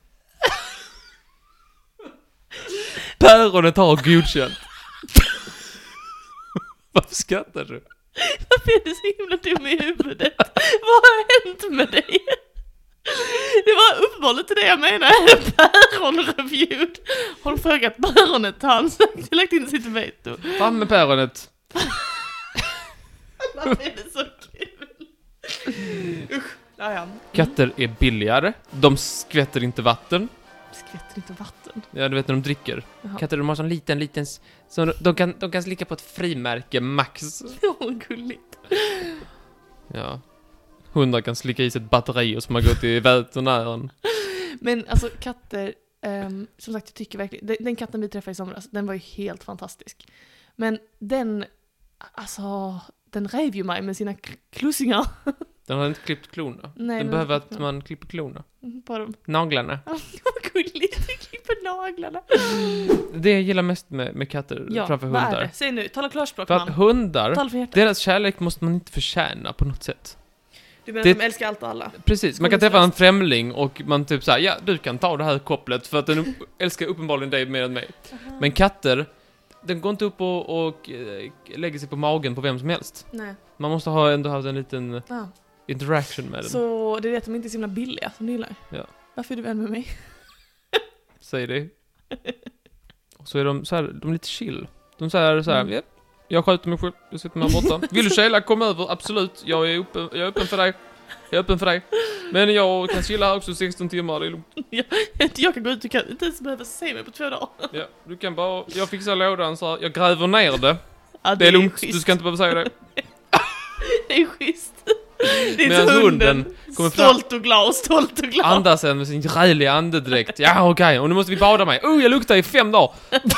[SPEAKER 2] Päronet har godkänt. Varför skrattar du?
[SPEAKER 1] Varför är du så himla dum i huvudet? Vad har hänt med dig? Det var uppenbarligen till det jag menar. Päron-reviewed. Har du frågat päronet? Han sagt lagt in sitt veto.
[SPEAKER 2] Fram med päronet.
[SPEAKER 1] Varför är det så kul? Usch. Ja.
[SPEAKER 2] Katter är billigare. De skvätter inte vatten.
[SPEAKER 1] Skvätter inte vatten?
[SPEAKER 2] Ja, du vet när de dricker.
[SPEAKER 1] Jaha.
[SPEAKER 2] Katter, de har sån liten... Så de kan slicka på ett frimärke max.
[SPEAKER 1] Ja, gulligt.
[SPEAKER 2] Ja. 100 kan slicka i sig ett batteri och som har gått i veterinären.
[SPEAKER 1] Men alltså katter, som sagt jag tycker verkligen, den katten vi träffade i somras, den var ju helt fantastisk. Men den rev ju mig med sina klussingar.
[SPEAKER 2] Den har inte klippt klorna.
[SPEAKER 1] Nej,
[SPEAKER 2] den behöver att man klipper klorna.
[SPEAKER 1] På dem.
[SPEAKER 2] Naglarna.
[SPEAKER 1] Ja, vad gulligt, du klipper naglarna.
[SPEAKER 2] Det jag gillar mest med katter framför hundar.
[SPEAKER 1] Vad är det? Säg nu, tala klarspråk,
[SPEAKER 2] för att
[SPEAKER 1] man.
[SPEAKER 2] hundar, deras kärlek måste man inte förtjäna på något sätt.
[SPEAKER 1] Du menar att de älskar allt och alla?
[SPEAKER 2] Precis, man kan träffa en främling och man typ såhär, ja, du kan ta det här kopplet för att den älskar uppenbarligen dig mer än mig.
[SPEAKER 1] Aha.
[SPEAKER 2] Men katter, den går inte upp och lägger sig på magen på vem som helst.
[SPEAKER 1] Nej.
[SPEAKER 2] Man måste ändå ha en liten interaction med den.
[SPEAKER 1] Så det är det att de inte är så himla billiga som du gillar?
[SPEAKER 2] Ja.
[SPEAKER 1] Varför är du vän med mig?
[SPEAKER 2] Säg det. Och så är de så här, de är lite chill. De säger så här, jag skjuter mig själv, jag sitter med här borta. Vill du chilla, kom över, absolut. Jag är öppen för dig. Jag är öppen för dig. Men jag kan chilla här också 16 timmar, det är lugnt.
[SPEAKER 1] Jag kan gå ut, du kan inte ens behöva se mig på 2 dagar.
[SPEAKER 2] Ja, du kan bara, jag fixar lådan så här, jag gräver ner det.
[SPEAKER 1] Ja,
[SPEAKER 2] det är lugnt,
[SPEAKER 1] schysst.
[SPEAKER 2] du ska inte behöva säga det.
[SPEAKER 1] Det är schysst. Det är
[SPEAKER 2] medan hunden kommer fram,
[SPEAKER 1] stolt och glad.
[SPEAKER 2] andas en med sin räliga andedräkt. Ja, okej, och nu måste vi bada mig. Jag luktar i 5 dagar.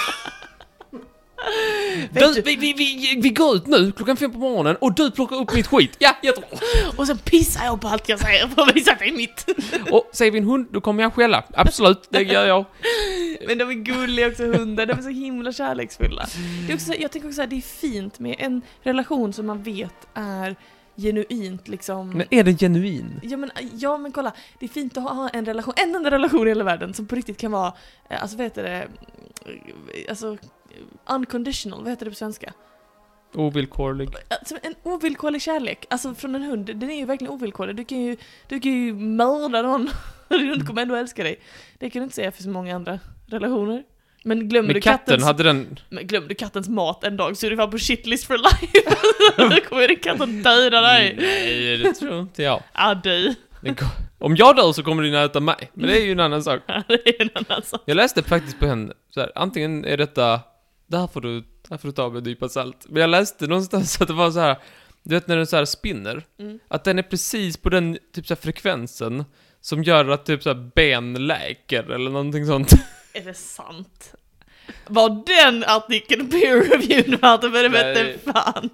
[SPEAKER 2] Du, vi går ut nu klockan 5 på morgonen och du plockar upp mitt skit. Ja, jättebra.
[SPEAKER 1] Och sen pissar jag på allt jag säger för att visa att det är mitt.
[SPEAKER 2] Och säger vi en hund, då kommer jag skälla. Absolut, det gör jag.
[SPEAKER 1] Men de är gulliga också, hundar. De är så himla kärleksfulla. Det är också, jag tänker också att det är fint med en relation som man vet är genuint liksom.
[SPEAKER 2] Men är det genuin?
[SPEAKER 1] Ja men kolla, det är fint att ha en relation, en enda relation i hela världen som på riktigt kan vara, alltså vad heter det, alltså unconditional, vad heter det på svenska?
[SPEAKER 2] Ovillkorlig.
[SPEAKER 1] Alltså, en ovillkorlig kärlek, alltså från en hund, den är ju verkligen ovillkorlig. Du kan ju mörda någon och din hund kommer ändå älska dig. Det kan du inte säga för så många andra relationer. Men glömmer du kattens mat en dag så är du fan på shitlist for life. Då kommer din katten döda dig.
[SPEAKER 2] Nej, det tror inte jag.
[SPEAKER 1] Ja, du.
[SPEAKER 2] Om jag dör så kommer den äta mig. Men det är ju en annan sak.
[SPEAKER 1] Ja, det är en annan sak.
[SPEAKER 2] Jag läste faktiskt på henne så här, antingen är detta, där får du ta med en nypa salt. Men jag läste någonstans att det var så här, du vet när den så här spinner, att den är precis på den typ så här frekvensen som gör att typ så här ben läker eller någonting sånt.
[SPEAKER 1] Är det sant? Var den artikeln peer-reviewed vart det vete fan?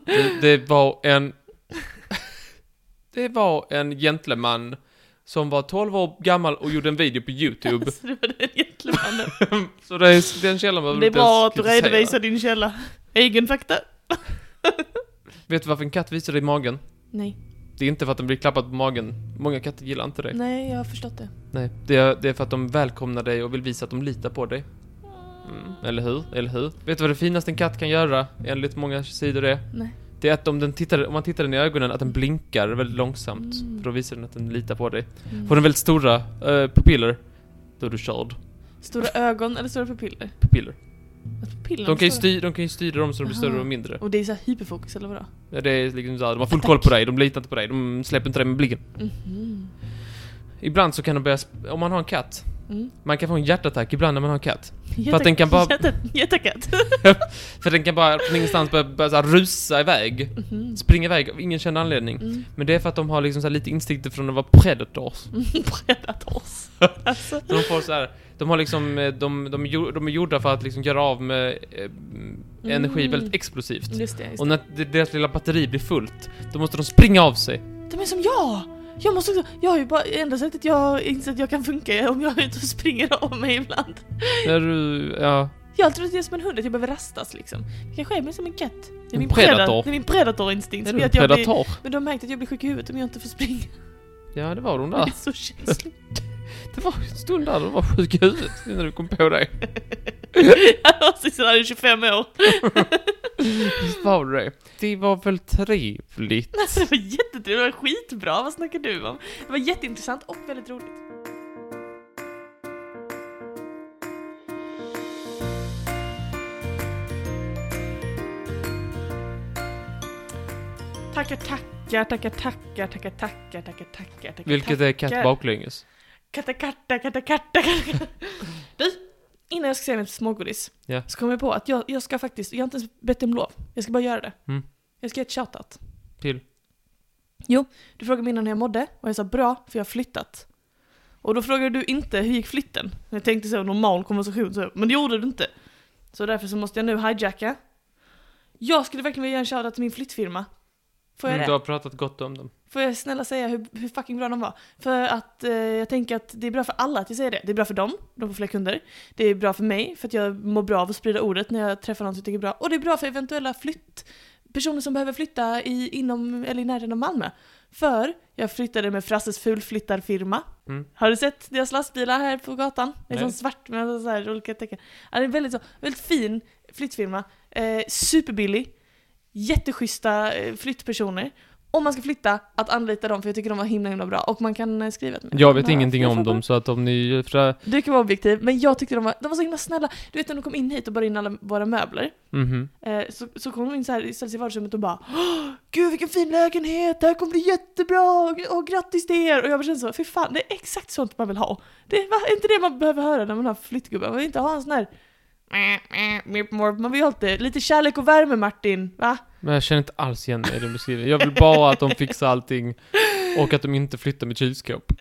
[SPEAKER 2] Det var en gentleman som var 12 år gammal och gjorde en video på YouTube.
[SPEAKER 1] Så det var den gentlemannen.
[SPEAKER 2] Så det är den källan var.
[SPEAKER 1] Det är bra att du redovisar din källa. Egen fakta.
[SPEAKER 2] Vet du varför en katt visar dig i magen?
[SPEAKER 1] Nej.
[SPEAKER 2] Det är inte för att den blir klappad på magen. Många katter gillar inte det.
[SPEAKER 1] Nej, jag har förstått det.
[SPEAKER 2] Nej, det är för att de välkomnar dig och vill visa att de litar på dig. Eller hur? Vet du vad det finaste en katt kan göra? Enligt många sidor är?
[SPEAKER 1] Nej.
[SPEAKER 2] Det är att om man tittar den i ögonen, att den blinkar väldigt långsamt. För då visar den att den litar på dig. Får den väldigt stora pupiller, då är du körd.
[SPEAKER 1] Stora ögon eller stora pupiller?
[SPEAKER 2] Pupiller.
[SPEAKER 1] De
[SPEAKER 2] kan ju styra dem så de blir större och mindre.
[SPEAKER 1] Och det är så här hyperfokus eller vadå?
[SPEAKER 2] Ja, det är liksom så här, de har full koll på dig, de litar inte på dig, de släpper inte dig med blicken. Ibland så kan de börja, om man har en katt, man kan få en hjärtattack ibland när man har en katt. För att den kan bara...
[SPEAKER 1] Jättekatt.
[SPEAKER 2] För den kan bara från ingenstans börja så här rusa iväg. Springa iväg av ingen känd anledning. Men det är för att de har liksom så här lite instinkter från att vara predators.
[SPEAKER 1] Predators. Alltså.
[SPEAKER 2] De får så här, de har liksom de är gjorda för att liksom göra av med energi väldigt explosivt.
[SPEAKER 1] Just det.
[SPEAKER 2] Och när deras lilla batteri blir fullt, då måste de springa av sig.
[SPEAKER 1] De är som jag. Jag har ju bara enda sättet jag har insett att jag kan funka om jag är ute och springer av mig ibland.
[SPEAKER 2] När du, ja.
[SPEAKER 1] Jag tror att jag är som en hund, att jag behöver rastas liksom. Det kanske är mig som en katt. Det är
[SPEAKER 2] en predator.
[SPEAKER 1] Det är min predatorinstint.
[SPEAKER 2] Är du en predator?
[SPEAKER 1] Men de har märkt att jag blir sjuk i huvudet om jag inte får springa.
[SPEAKER 2] Ja, det var de där.
[SPEAKER 1] Det är så känsligt.
[SPEAKER 2] Det var en stund där du var sjuk i huvudet när du kom på dig.
[SPEAKER 1] Jag var sådär i 25 år.
[SPEAKER 2] Visst var det? Det var väl trevligt.
[SPEAKER 1] Alltså, det var jättetrevligt, det var skitbra. Vad snackar du om? Det var jätteintressant och väldigt roligt. Tackar.
[SPEAKER 2] Vilket är katt baklänges?
[SPEAKER 1] Katta. Du, innan jag ska säga mitt smågodis, så kommer jag på att jag ska faktiskt, jag har inte ens bett om lov. Jag ska bara göra det. Jag ska ge ett shoutout.
[SPEAKER 2] Till?
[SPEAKER 1] Jo, du frågade mig innan hur jag mådde och jag sa bra, för jag har flyttat. Och då frågade du inte hur gick flytten. Jag tänkte så, normal konversation, så, men det gjorde du inte. Så därför så måste jag nu hijacka. Jag skulle verkligen vilja göra en shoutout till min flyttfirma. Får jag det?
[SPEAKER 2] Du har pratat gott om dem.
[SPEAKER 1] Får jag snälla säga hur fucking bra de var? För att jag tänker att det är bra för alla att jag säger det. Det är bra för dem, de får fler kunder. Det är bra för mig, för att jag mår bra av att sprida ordet när jag träffar någon som jag tycker är bra. Och det är bra för eventuella personer som behöver flytta inom eller i närheten av Malmö. För jag flyttade med Frasses fulflyttarfirma. Har du sett deras lastbilar här på gatan? Det är sån svart med så här olika tecken. Ja, det är väldigt fin flyttfirma. Superbillig. Jätteschyssta flyttpersoner. Om man ska flytta, att anlita dem, för jag tycker de var himla bra. Och man kan skriva till mig.
[SPEAKER 2] Jag vet ingenting om dem, så att om ni...
[SPEAKER 1] Du kan vara objektiv, men jag tyckte de var så himla snälla. Du vet när de kom in hit och bar in alla våra möbler. Så kom de in så här, ställde sig i vardagsrummet och bara gud vilken fin lägenhet, det här kommer bli jättebra, och grattis till er. Och jag bara kände så, fy fan, det är exakt sånt man vill ha. Det är inte det man behöver höra när man har flyttgubbar. Man vill inte ha en sån här man vill ju alltid lite kärlek och värme, Martin, va? Men
[SPEAKER 2] jag känner inte alls igen mig i den beskrivningen. Jag vill bara att de fixar allting och att de inte flyttar mitt kylskåp.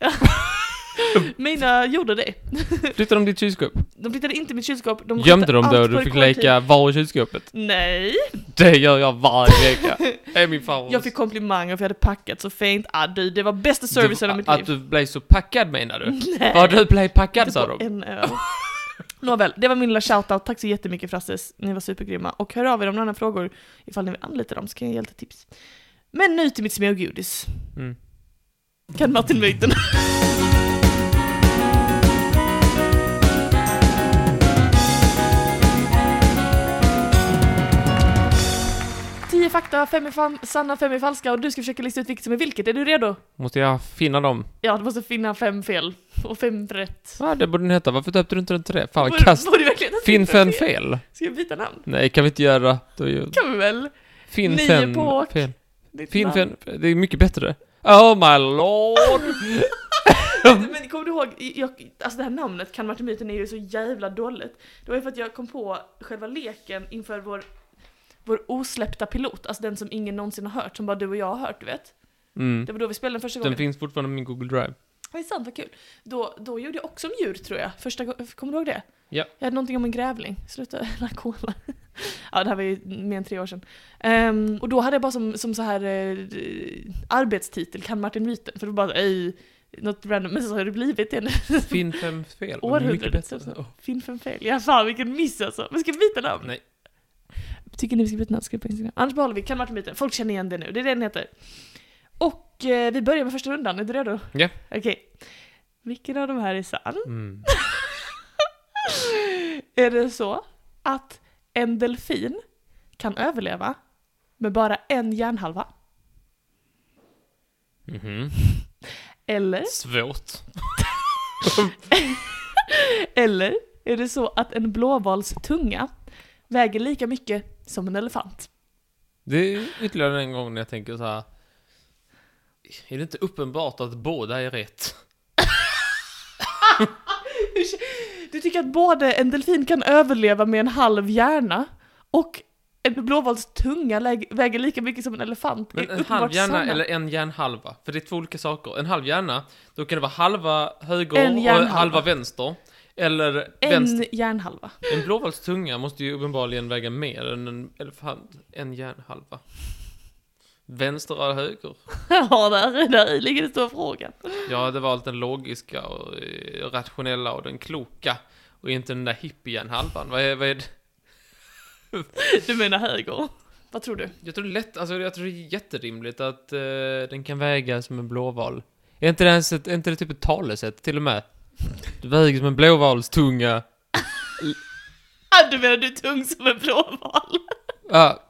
[SPEAKER 1] Mina gjorde det.
[SPEAKER 2] Flyttade de ditt kylskåp?
[SPEAKER 1] De flyttade inte mitt kylskåp.
[SPEAKER 2] Gömde de då och du fick leka var i kylskåpet?
[SPEAKER 1] Nej.
[SPEAKER 2] Det gör jag varje vecka. Det är min favorit.
[SPEAKER 1] Jag fick komplimanger för jag hade packat så fint. Det var bästa servicen av mitt liv.
[SPEAKER 2] Att du blev så packad, menar du?
[SPEAKER 1] Nej.
[SPEAKER 2] Vad du blev packad, sa de?
[SPEAKER 1] En öl. Nåväl, det var min lilla shoutout. Tack så jättemycket, Frasses. Ni var supergrymma. Och hör av er om några frågor. Ifall ni vill anlita dem så kan jag ge lite tips. Men nu till mitt smågodis. Kan Martin myten. 10 fakta, 5 är sanna, 5 är falska. Och du ska försöka lista ut vilket som är vilket. Är du redo?
[SPEAKER 2] Måste jag finna dem?
[SPEAKER 1] Ja, du måste finna 5 fel. Och 5 rätt.
[SPEAKER 2] Ja, det borde den heta. Varför döpte du inte den till det? Fan, kast. Finn 5 fel.
[SPEAKER 1] Ska vi byta namn?
[SPEAKER 2] Nej, kan vi inte göra.
[SPEAKER 1] Kan vi väl?
[SPEAKER 2] Finn 5 fel. Finn 5. Det är mycket bättre. Oh my lord.
[SPEAKER 1] Men kommer du ihåg, alltså det här namnet, Kan Martin-myten, är ju så jävla dåligt. Det var ju för att jag kom på själva leken inför vår osläppta pilot, alltså den som ingen någonsin har hört, som bara du och jag har hört, du vet. Det var då vi spelade den första gången.
[SPEAKER 2] Den finns fortfarande på min Google Drive.
[SPEAKER 1] Det är sant, vad kul. Då gjorde jag också om djur, tror jag. Kommer du ihåg det?
[SPEAKER 2] Ja.
[SPEAKER 1] Jag hade någonting om en grävling. Sluta narkola. Ja, det här var ju mer än 3 år sedan. Och då hade jag bara som så här arbetstitel, Kan Martin-myten. För det var bara något random, men så har det blivit en
[SPEAKER 2] Finn 5 fel.
[SPEAKER 1] århundradet. Finn 5 fel. Ja, fan vilken miss alltså. Men ska vi byta namn?
[SPEAKER 2] Nej.
[SPEAKER 1] Tycker ni vi ska byta namn? Skriv på Instagram. Annars behåller vi Kan Martin-myten. Folk känner igen det nu. Det är det den heter. Och vi börjar med första rundan. Är du redo?
[SPEAKER 2] Ja.
[SPEAKER 1] Okej. Vilken av de här är sann? Är det så att en delfin kan överleva med bara en hjärnhalva? Eller?
[SPEAKER 2] Svårt.
[SPEAKER 1] Eller är det så att en blåvals tunga väger lika mycket som en elefant?
[SPEAKER 2] Det är ytterligare en gång när jag tänker så här. Är det inte uppenbart att båda är rätt?
[SPEAKER 1] Du tycker att både en delfin kan överleva med en halv hjärna och en blåvals tunga väger lika mycket som en elefant?
[SPEAKER 2] Men en halv hjärna eller en hjärnhalva? För det är 2 olika saker. En halv hjärna, då kan det vara halva höger och halva vänster. Eller
[SPEAKER 1] en hjärnhalva.
[SPEAKER 2] En blåvals tunga måste ju uppenbarligen väga mer än en elefant. En hjärnhalva. Vänster eller höger?
[SPEAKER 1] Ja, där ligger det stora frågan.
[SPEAKER 2] Ja, det var allt den logiska och rationella och den kloka. Och inte den där hippie-hjärnhalvan. Vad är det?
[SPEAKER 1] Du menar höger? Vad tror du?
[SPEAKER 2] Jag tror det är jätterimligt att den kan väga som en blåval. Är inte det typ ett talesätt till och med? Du väger som en blåvals tunga.
[SPEAKER 1] Du menar du är tung som en blåval?
[SPEAKER 2] Ja.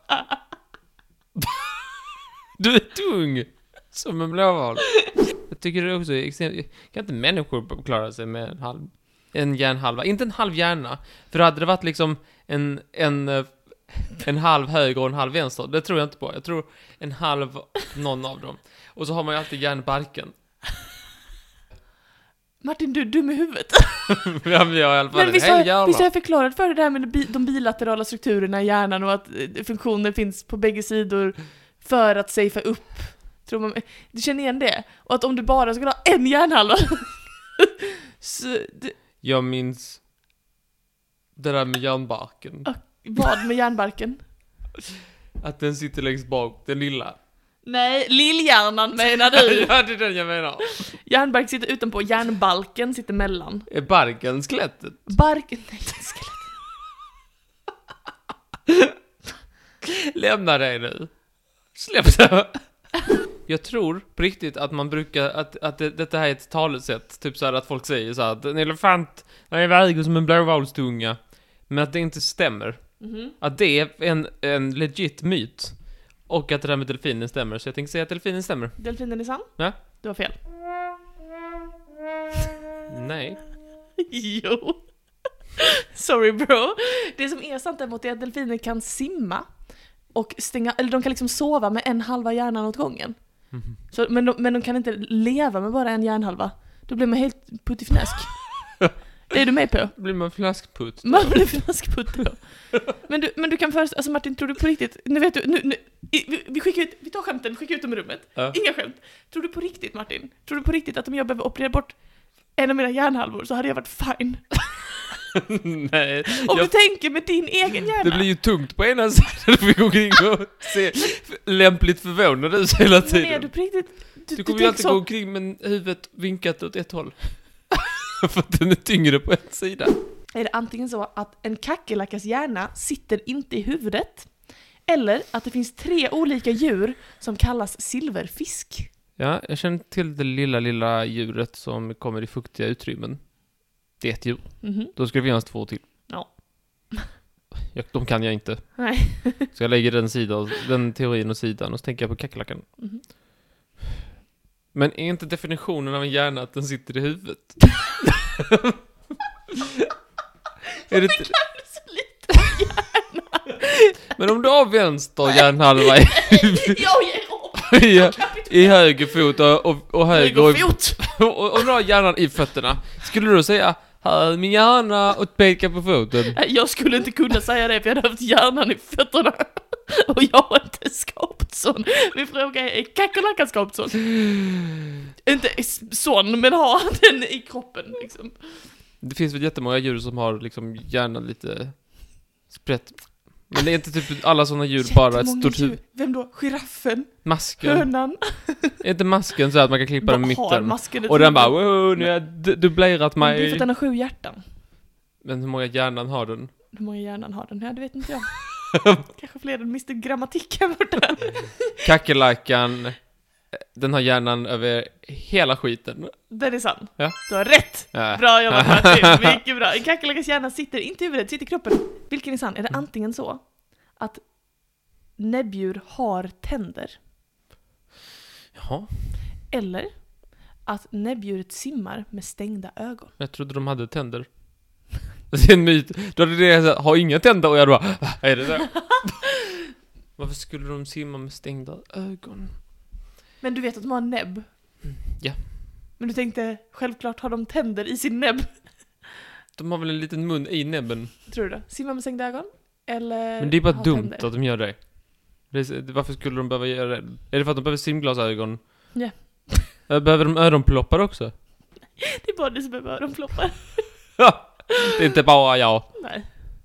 [SPEAKER 2] Du är tung som en blåval. Jag tycker det också är extremt. Kan inte människor klara sig med en hjärnhalva? Inte en halv hjärna. För hade det varit liksom en halv höger och en halv vänster, det tror jag inte på. Jag tror en halv någon av dem. Och så har man ju alltid hjärnbarken.
[SPEAKER 1] Martin, du är dum i huvudet.
[SPEAKER 2] Ja, men jag har i alla fall
[SPEAKER 1] men visst har jag förklarat för det här med de bilaterala strukturerna i hjärnan och att funktioner finns på bägge sidor för att safea upp. Tror man, du känner igen det? Och att om du bara skulle ha en hjärnhalva
[SPEAKER 2] Jag minns det där med hjärnbarken.
[SPEAKER 1] Vad med hjärnbarken?
[SPEAKER 2] Att den sitter längst bak, den lilla.
[SPEAKER 1] Nej, lillhjärnan menar du.
[SPEAKER 2] Ja, det är den jag menar.
[SPEAKER 1] Hjärnbark sitter utanpå, hjärnbalken sitter mellan.
[SPEAKER 2] Är barken skelettet?
[SPEAKER 1] Barken, nej, skelettet.
[SPEAKER 2] Lämna dig nu. Släpp det. Jag tror på riktigt att man brukar att detta här är ett talesätt, typ så här att folk säger så här att en elefant väger som en blåvalstunga, men att det inte stämmer. Att det är en legit myt. Och att det där med delfinen stämmer. Så jag tänkte säga att delfinen stämmer.
[SPEAKER 1] Delfinen är sann?
[SPEAKER 2] Ja.
[SPEAKER 1] Du har fel.
[SPEAKER 2] Nej.
[SPEAKER 1] Jo. Sorry bro. Det som är sant däremot är att delfiner kan simma och stänga, eller de kan liksom sova med en halva hjärnan åt gången. Så, men de kan inte leva med bara en hjärnhalva. Då blir man helt puttifnäsk. Det är du med på?
[SPEAKER 2] Blir man flaskputt?
[SPEAKER 1] Man blir flaskputt då. Men du kan först, alltså Martin, tror du på riktigt, nu vet du, nu vi tar skämten, skicka ut dem i rummet. Ja. Inga skämt. Tror du på riktigt, Martin? Tror du på riktigt att om jag behöver operera bort en av mina hjärnhalvor så hade jag varit fine?
[SPEAKER 2] Nej.
[SPEAKER 1] Om du tänker med din egen hjärna.
[SPEAKER 2] Det blir ju tungt på ena sidan. Du får gå omkring och se lämpligt förvånad ut hela tiden. Men
[SPEAKER 1] är du på riktigt?
[SPEAKER 2] Du kommer ju alltid gå omkring med huvudet vinkat åt ett håll. För att den är tyngre på en sida.
[SPEAKER 1] Är det antingen så att en kackerlackas hjärna sitter inte i huvudet, eller att det finns 3 olika djur som kallas silverfisk?
[SPEAKER 2] Ja, jag känner till det lilla djuret som kommer i fuktiga utrymmen. Det är ett djur. Då ska det finnas 2 till.
[SPEAKER 1] Ja.
[SPEAKER 2] De kan jag inte.
[SPEAKER 1] Nej.
[SPEAKER 2] Så jag lägger den teorin åt sidan och så tänker jag på kackerlackan. Men är inte definitionen av en hjärna att den sitter i huvudet? Är det inte...
[SPEAKER 1] kan du så lite hjärna?
[SPEAKER 2] Men om du har vänster hjärnhalva
[SPEAKER 1] Jag ger upp. Jag kapitulerar.
[SPEAKER 2] i höger fot och höger
[SPEAKER 1] Höger fot!
[SPEAKER 2] och dra hjärnan i fötterna. Skulle du säga här är min hjärna och peka på foten?
[SPEAKER 1] Jag skulle inte kunna säga det för jag hade haft hjärnan i fötterna. Och jag har inte Skapsson. Min fråga är kackerlackan Skapsson? Inte sån, men har den i kroppen liksom.
[SPEAKER 2] Det finns väl jättemånga djur som har liksom hjärnan lite sprätt. Men det är inte typ alla sådana djur bara ett stort huvud.
[SPEAKER 1] Vem då? Giraffen?
[SPEAKER 2] Masken.
[SPEAKER 1] Hönan?
[SPEAKER 2] Är inte masken så att man kan klippa den i mitten? Och den bara, wow, nu har jag dubblerat mig.
[SPEAKER 1] Det är för att den har 7 hjärtan.
[SPEAKER 2] Men hur många hjärnan har den?
[SPEAKER 1] Hur många hjärnan har den? Ja, det vet inte jag. Kanske fler än Mr. Grammatik här borta.
[SPEAKER 2] Kackerlackan, den har hjärnan över hela skiten.
[SPEAKER 1] Den är sann.
[SPEAKER 2] Ja.
[SPEAKER 1] Du har rätt.
[SPEAKER 2] Ja.
[SPEAKER 1] Bra jobbat Martin, mycket bra. En kackerlackas hjärna sitter inte i huvudet, sitter i kroppen. Vilken är sann? Är det antingen så att näbbdjur har tänder?
[SPEAKER 2] Jaha.
[SPEAKER 1] Eller att näbbdjuret simmar med stängda ögon?
[SPEAKER 2] Jag trodde de hade tänder. Det är en myt. Då hade det så, har inga tänder och jag bara, är det så? Varför skulle de simma med stängda ögon?
[SPEAKER 1] Men du vet att de har en näbb?
[SPEAKER 2] Ja.
[SPEAKER 1] Men du tänkte, självklart har de tänder i sin näbb.
[SPEAKER 2] De har väl en liten mun i näbben.
[SPEAKER 1] Tror du det? Simma med stängda ögon? Eller
[SPEAKER 2] men det är bara
[SPEAKER 1] ha
[SPEAKER 2] dumt
[SPEAKER 1] tänder?
[SPEAKER 2] att de gör det. Varför skulle de behöva göra det? Är det för att de behöver simglasögon?
[SPEAKER 1] Ja.
[SPEAKER 2] Behöver de öronploppar också?
[SPEAKER 1] Det är bara du som behöver öronploppar.
[SPEAKER 2] Det är inte bara jag.
[SPEAKER 1] Nej.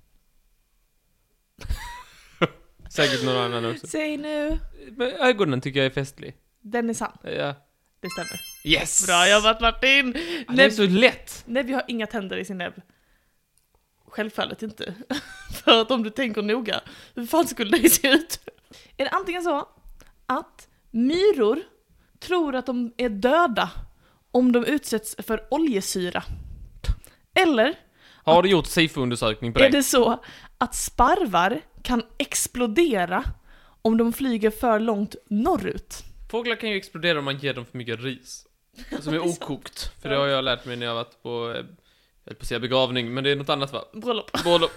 [SPEAKER 2] Säkert någon annan också.
[SPEAKER 1] Säg nu.
[SPEAKER 2] Men ögonen tycker jag är festlig.
[SPEAKER 1] Den är sann.
[SPEAKER 2] Ja.
[SPEAKER 1] Det stämmer.
[SPEAKER 2] Yes!
[SPEAKER 1] Bra jobbat Martin!
[SPEAKER 2] Det är så lätt.
[SPEAKER 1] Näbb har inga tänder i sin näbb. Självfallet inte. För att om du tänker noga, hur fan skulle det se ut? Är det antingen så att myror tror att de är döda om de utsätts för oljesyra? Eller
[SPEAKER 2] Har du gjort SIFO-undersökning på
[SPEAKER 1] är
[SPEAKER 2] det?
[SPEAKER 1] det så att sparvar kan explodera om de flyger för långt norrut?
[SPEAKER 2] Fåglar kan ju explodera om man ger dem för mycket ris. Som är okokt. För det har jag lärt mig när jag har varit på, jag höll på att säga begravning, men det är något annat va?
[SPEAKER 1] Bröllop.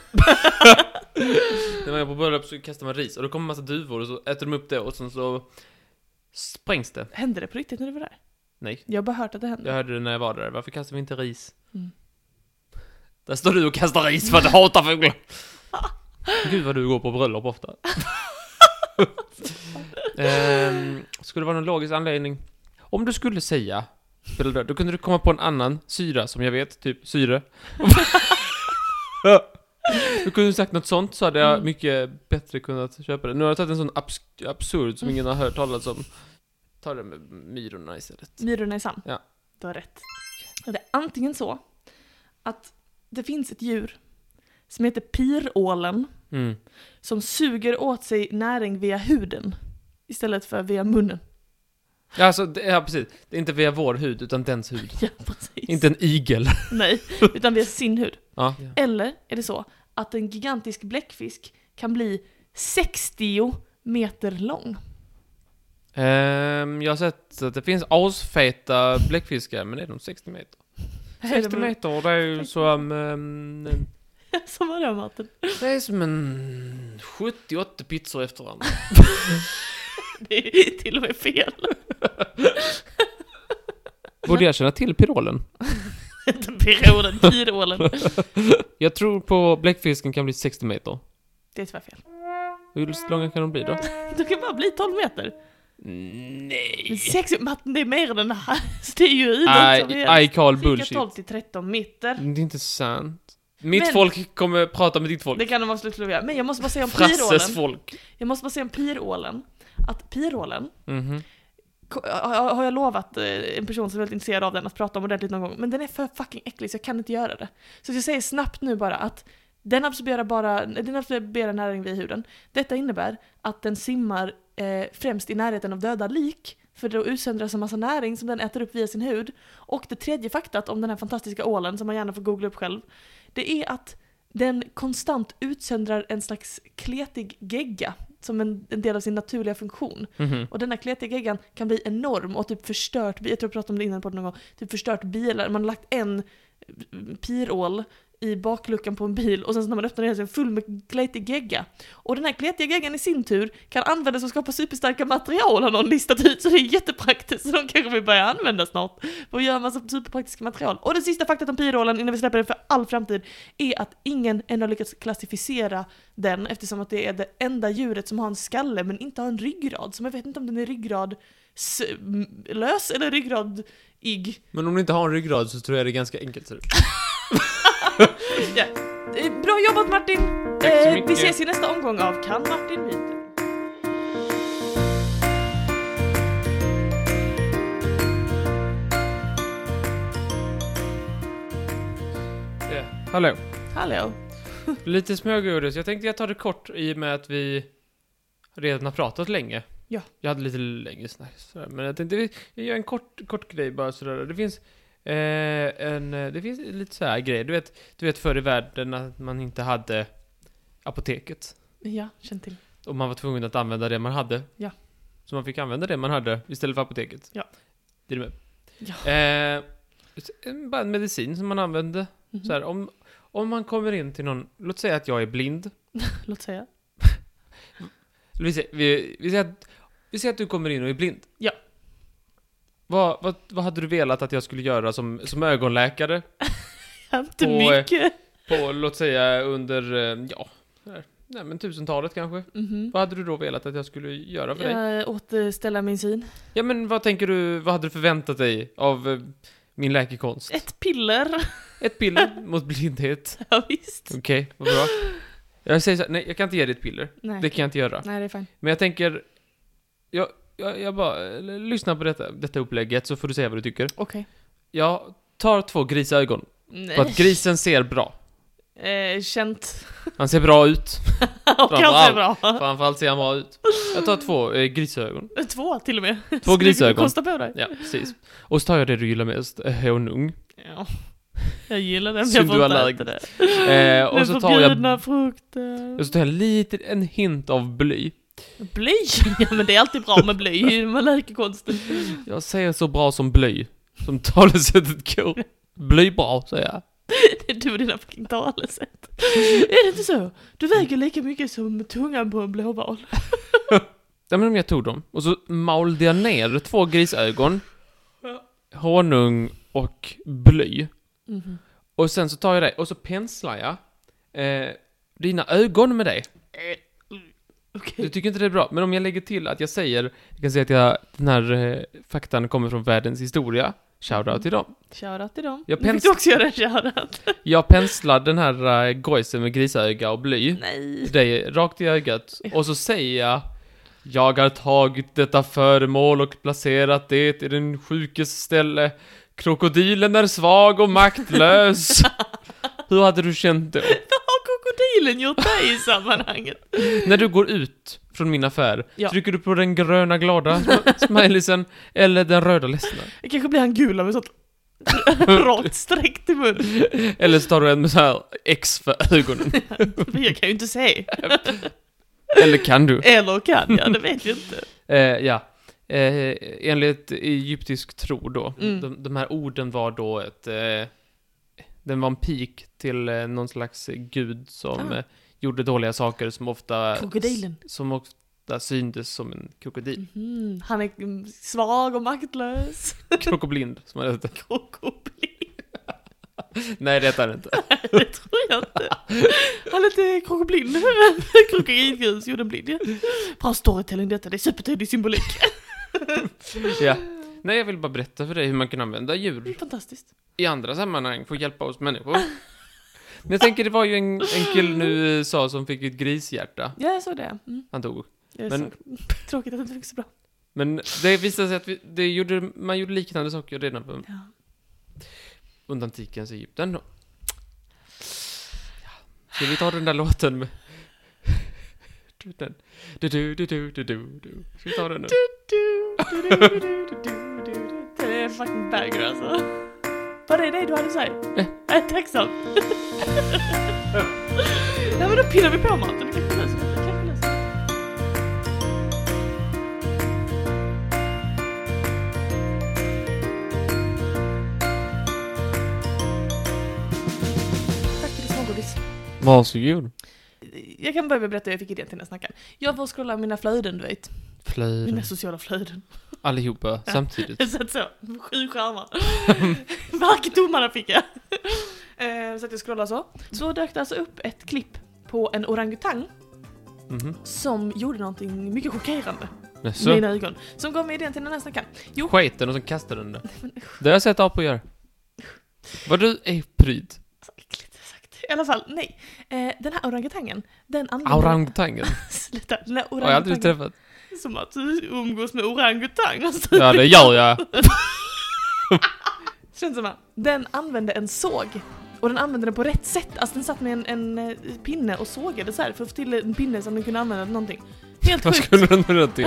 [SPEAKER 2] När man är på bröllop så kastar man ris och då kommer en massa duvor och så äter de upp det och sen så sprängs det.
[SPEAKER 1] Hände det på riktigt när du var där?
[SPEAKER 2] Nej,
[SPEAKER 1] Jag har bara hört att det hände.
[SPEAKER 2] jag hörde det när jag var där. Varför kastar vi inte ris?
[SPEAKER 1] Mm.
[SPEAKER 2] Där står du och kastar ris för att du hatar fåglar. Gud vad du går på bröllop ofta. Skulle det vara någon logisk anledning? Om du skulle säga, då kunde du komma på en annan syra som jag vet, typ syre. Du kunde sagt något sånt så hade jag mycket bättre kunnat köpa det. Nu har jag tagit en sån absurd som ingen har hört talas om. Ta det med myrorna istället.
[SPEAKER 1] Myrorna är sann.
[SPEAKER 2] Ja.
[SPEAKER 1] Du har rätt. Det är antingen så att det finns ett djur som heter pirålen som suger åt sig näring via huden istället för via munnen.
[SPEAKER 2] Ja, alltså, ja, precis. Det är inte via vår hud, utan dens hud.
[SPEAKER 1] Ja, precis.
[SPEAKER 2] Inte en igel.
[SPEAKER 1] Nej, utan via sin hud.
[SPEAKER 2] Ja.
[SPEAKER 1] Eller är det så att en gigantisk bläckfisk kan bli 60 meter lång?
[SPEAKER 2] Jag har sett att det finns asfeta bläckfiskar, men det är de 60 meter. 60 meter, det är ju som...
[SPEAKER 1] Som var det, Martin?
[SPEAKER 2] det är som en 78 pizzor efter varandra.
[SPEAKER 1] Det är till och med fel.
[SPEAKER 2] Borde jag känna till pirolen?
[SPEAKER 1] Pirålen.
[SPEAKER 2] Jag tror på bläckfisken kan bli 60 meter.
[SPEAKER 1] Det är tyvärr fel.
[SPEAKER 2] Hur långa kan de bli då?
[SPEAKER 1] Du kan bara bli 12 meter.
[SPEAKER 2] Nej.
[SPEAKER 1] 6 Martin, det är mer än den här. Så det är ju idrott.
[SPEAKER 2] I call bullshit.
[SPEAKER 1] 12 till 13 meter.
[SPEAKER 2] Det är inte sant. Mitt folk kommer prata med ditt folk.
[SPEAKER 1] Det kan de absolut göra. Men jag måste bara säga om
[SPEAKER 2] Frasses
[SPEAKER 1] pirålen.
[SPEAKER 2] folk.
[SPEAKER 1] Jag måste bara säga om pirålen. Att pirålen
[SPEAKER 2] Mhm.
[SPEAKER 1] har jag lovat en person som är väldigt intresserad av den att prata om ordentligt någon gång. Men den är för fucking äcklig så jag kan inte göra det. Så jag säger snabbt nu bara att den absorberar näring via huden. Detta innebär att den simmar främst i närheten av döda lik. För då utsöndras en massa näring som den äter upp via sin hud. Och det tredje faktat om den här fantastiska ålen som man gärna får googla upp själv. Det är att den konstant utsöndrar en slags kletig gegga som en del av sin naturliga funktion. Och den här kletiga geggan kan bli enorm och typ förstört, jag tror jag pratade om det innan på någon gång, typ förstört bilar. Man har lagt en pirål i bakluckan på en bil och sen så när man öppnar den så är den full med kletig gegga. Och den här kletiga geggan i sin tur kan användas och skapa superstarka material har någon listat ut, så det är jättepraktiskt, så de kanske vi börjar använda snart för att göra en massa superpraktiska material. Och den sista faktat om pirollen innan vi släpper den för all framtid är att ingen än har lyckats klassificera den, eftersom att det är det enda djuret som har en skalle men inte har en ryggrad, så man vet inte om den är ryggradlös eller ryggradig.
[SPEAKER 2] Men om du inte har en ryggrad så tror jag det är ganska enkelt.
[SPEAKER 1] Ja. Bra jobbat Martin!
[SPEAKER 2] Tack så mycket.
[SPEAKER 1] Vi ses i nästa omgång av Kan Martin myten?
[SPEAKER 2] Ja. Hallå.
[SPEAKER 1] Hallå!
[SPEAKER 2] Lite smågodis. Jag tänkte jag tar det kort i och med att vi redan har pratat länge.
[SPEAKER 1] Ja.
[SPEAKER 2] Jag hade lite längre snack sådär, men jag tänkte jag gör en kort grej bara sådär. Det finns det finns lite så här grejer. Du vet förr i världen att man inte hade apoteket.
[SPEAKER 1] Ja, känn till.
[SPEAKER 2] Och man var tvungen att använda det man hade.
[SPEAKER 1] Ja.
[SPEAKER 2] Så man fick använda det man hade istället för apoteket.
[SPEAKER 1] Ja.
[SPEAKER 2] Det är du med.
[SPEAKER 1] Ja.
[SPEAKER 2] Bara en medicin som man använde.
[SPEAKER 1] Mhm.
[SPEAKER 2] Så här, om man kommer in till någon, låt säga att jag är blind.
[SPEAKER 1] Låt säga.
[SPEAKER 2] Vi säger att du kommer in och är blind.
[SPEAKER 1] Ja.
[SPEAKER 2] Vad hade du velat att jag skulle göra som ögonläkare?
[SPEAKER 1] Inte mycket.
[SPEAKER 2] På, låt säga, under, nej men 1000-talet kanske.
[SPEAKER 1] Mhm.
[SPEAKER 2] Vad hade du då velat att jag skulle göra för dig?
[SPEAKER 1] Återställa min syn.
[SPEAKER 2] Ja, men vad hade du förväntat dig av min läkekonst?
[SPEAKER 1] Ett piller.
[SPEAKER 2] Ett piller mot blindhet.
[SPEAKER 1] Ja, visst.
[SPEAKER 2] Okej, vad bra. Jag säger så här, nej, jag kan inte ge dig ett piller.
[SPEAKER 1] Nej.
[SPEAKER 2] Det kan jag inte göra.
[SPEAKER 1] Nej, det är fint.
[SPEAKER 2] Men jag tänker, jag bara lyssnar på detta upplägget så får du säga vad du tycker.
[SPEAKER 1] Okej.
[SPEAKER 2] Jag tar 2 grisögon.
[SPEAKER 1] Nej.
[SPEAKER 2] För att grisen ser bra.
[SPEAKER 1] Känt.
[SPEAKER 2] Han ser bra ut.
[SPEAKER 1] Och kanske bra.
[SPEAKER 2] Framförallt ser han bra ut. Jag tar 2 grisögon.
[SPEAKER 1] 2 till och med.
[SPEAKER 2] 2 grisögon.
[SPEAKER 1] Kosta på dig.
[SPEAKER 2] Ja, precis. Och så tar jag det du gillar mest, honung.
[SPEAKER 1] Ja. Jag gillar den.
[SPEAKER 2] Synd
[SPEAKER 1] Jag
[SPEAKER 2] du är
[SPEAKER 1] får inte
[SPEAKER 2] allergisk.
[SPEAKER 1] äta det.
[SPEAKER 2] Och så tar jag
[SPEAKER 1] frukter.
[SPEAKER 2] och så tar jag en hint av bly.
[SPEAKER 1] Bly? Ja, men det är alltid bra med bly. Man läker konsten.
[SPEAKER 2] Jag säger så bra som bly. Som talesättet går. Bly bra, säger jag.
[SPEAKER 1] Det är du och dina fucking talesätt. Är det inte så? Du väger lika mycket som tungan på en blåval.
[SPEAKER 2] Ja, men om jag tog dem. Och så malde jag ner 2 grisögon. Honung och bly.
[SPEAKER 1] Mhm.
[SPEAKER 2] Och sen så tar jag det och så penslar jag dina ögon med det.
[SPEAKER 1] Okej.
[SPEAKER 2] Du tycker inte det är bra, men om jag lägger till att jag kan säga att den här faktan kommer från världens historia. Shoutout till dem.
[SPEAKER 1] Shoutout till dem.
[SPEAKER 2] Jag
[SPEAKER 1] Du fick du också göra en shoutout.
[SPEAKER 2] Jag penslar den här gojsen med grisöga och bly.
[SPEAKER 1] Nej.
[SPEAKER 2] Dig rakt i ögat. Och så säger jag har tagit detta föremål och placerat det i den sjukes ställe. Krokodilen är svag och maktlös. Hur hade du känt då?
[SPEAKER 1] Vad har krokodilen gjort dig i sammanhanget?
[SPEAKER 2] När du går ut från min affär,
[SPEAKER 1] Ja.
[SPEAKER 2] trycker du på den gröna glada smileysen eller den röda ledsna?
[SPEAKER 1] Det kanske blir han gula med sånt rakt streck till mun.
[SPEAKER 2] Eller så tar du en med så här X för ögonen.
[SPEAKER 1] Men jag kan ju inte se.
[SPEAKER 2] Eller kan du?
[SPEAKER 1] Eller kan jag, det vet jag inte.
[SPEAKER 2] Ja. Enligt egyptisk tro då.
[SPEAKER 1] Mm.
[SPEAKER 2] De här orden var då den var en pik till någon slags gud som gjorde dåliga saker som ofta syntes som en krokodil.
[SPEAKER 1] Mhm. Han är svag och maktlös.
[SPEAKER 2] Krokoblind, som det heter.
[SPEAKER 1] Krokoblind.
[SPEAKER 2] Nej, det heter det inte.
[SPEAKER 1] Det tror jag inte. Han är lite krokoblind. Krokodilgrus gjorde blind. Ja. Bra storytelling detta, det är supertydlig symbolik.
[SPEAKER 2] Ja. Nej, jag vill bara berätta för dig hur man kan använda djur
[SPEAKER 1] Fantastiskt.
[SPEAKER 2] i andra sammanhang för att hjälpa oss människor. Men jag tänker, det var ju en kille nu i USA som fick ett grishjärta.
[SPEAKER 1] Ja, jag såg det. Mm.
[SPEAKER 2] Han dog.
[SPEAKER 1] Jag
[SPEAKER 2] Men-
[SPEAKER 1] såg. Tråkigt att det inte fick så bra.
[SPEAKER 2] Men det visade sig att man gjorde liknande saker redan på
[SPEAKER 1] Ja.
[SPEAKER 2] under antikens Egypten då. Ja. Ska vi ta den där låten med... Den. Du. Ska vi ta den nu?
[SPEAKER 1] Det är fucking bagger alltså. Vad är det du hade sagt? Jag är tacksam. Nej, men då pillar vi på maten. Det kanske löser det.
[SPEAKER 2] Varsågod.
[SPEAKER 1] Jag kan börja med att berätta hur jag fick idén till den här snacken. Jag var och scrollade mina flöden, du vet. Mina sociala flöden.
[SPEAKER 2] Allihopa, samtidigt.
[SPEAKER 1] Så att så, 7 skärmar. Varken tummarna fick jag. Så att jag scrollade så. Så dök det alltså upp ett klipp på en orangutang. Som gjorde någonting mycket chockerande. Med mina ögon. Som gav mig idén till den här snacken.
[SPEAKER 2] Sketen och så kastade den det. Det har jag sett apor göra. Vad du är pryd.
[SPEAKER 1] I alla fall, nej. Den här orangutangen, den använder...
[SPEAKER 2] Orangutangen?
[SPEAKER 1] Sluta, den här orangutangen.
[SPEAKER 2] Har jag aldrig träffat.
[SPEAKER 1] Som att du umgås med orangutang.
[SPEAKER 2] Ja, det gör jag.
[SPEAKER 1] Känns som att den använde en såg. Och den använde den på rätt sätt. Alltså den satt med en pinne och sågade så här för att få till en pinne som den kunde använda till någonting. Helt
[SPEAKER 2] vad
[SPEAKER 1] sjukt.
[SPEAKER 2] Skulle den med det till?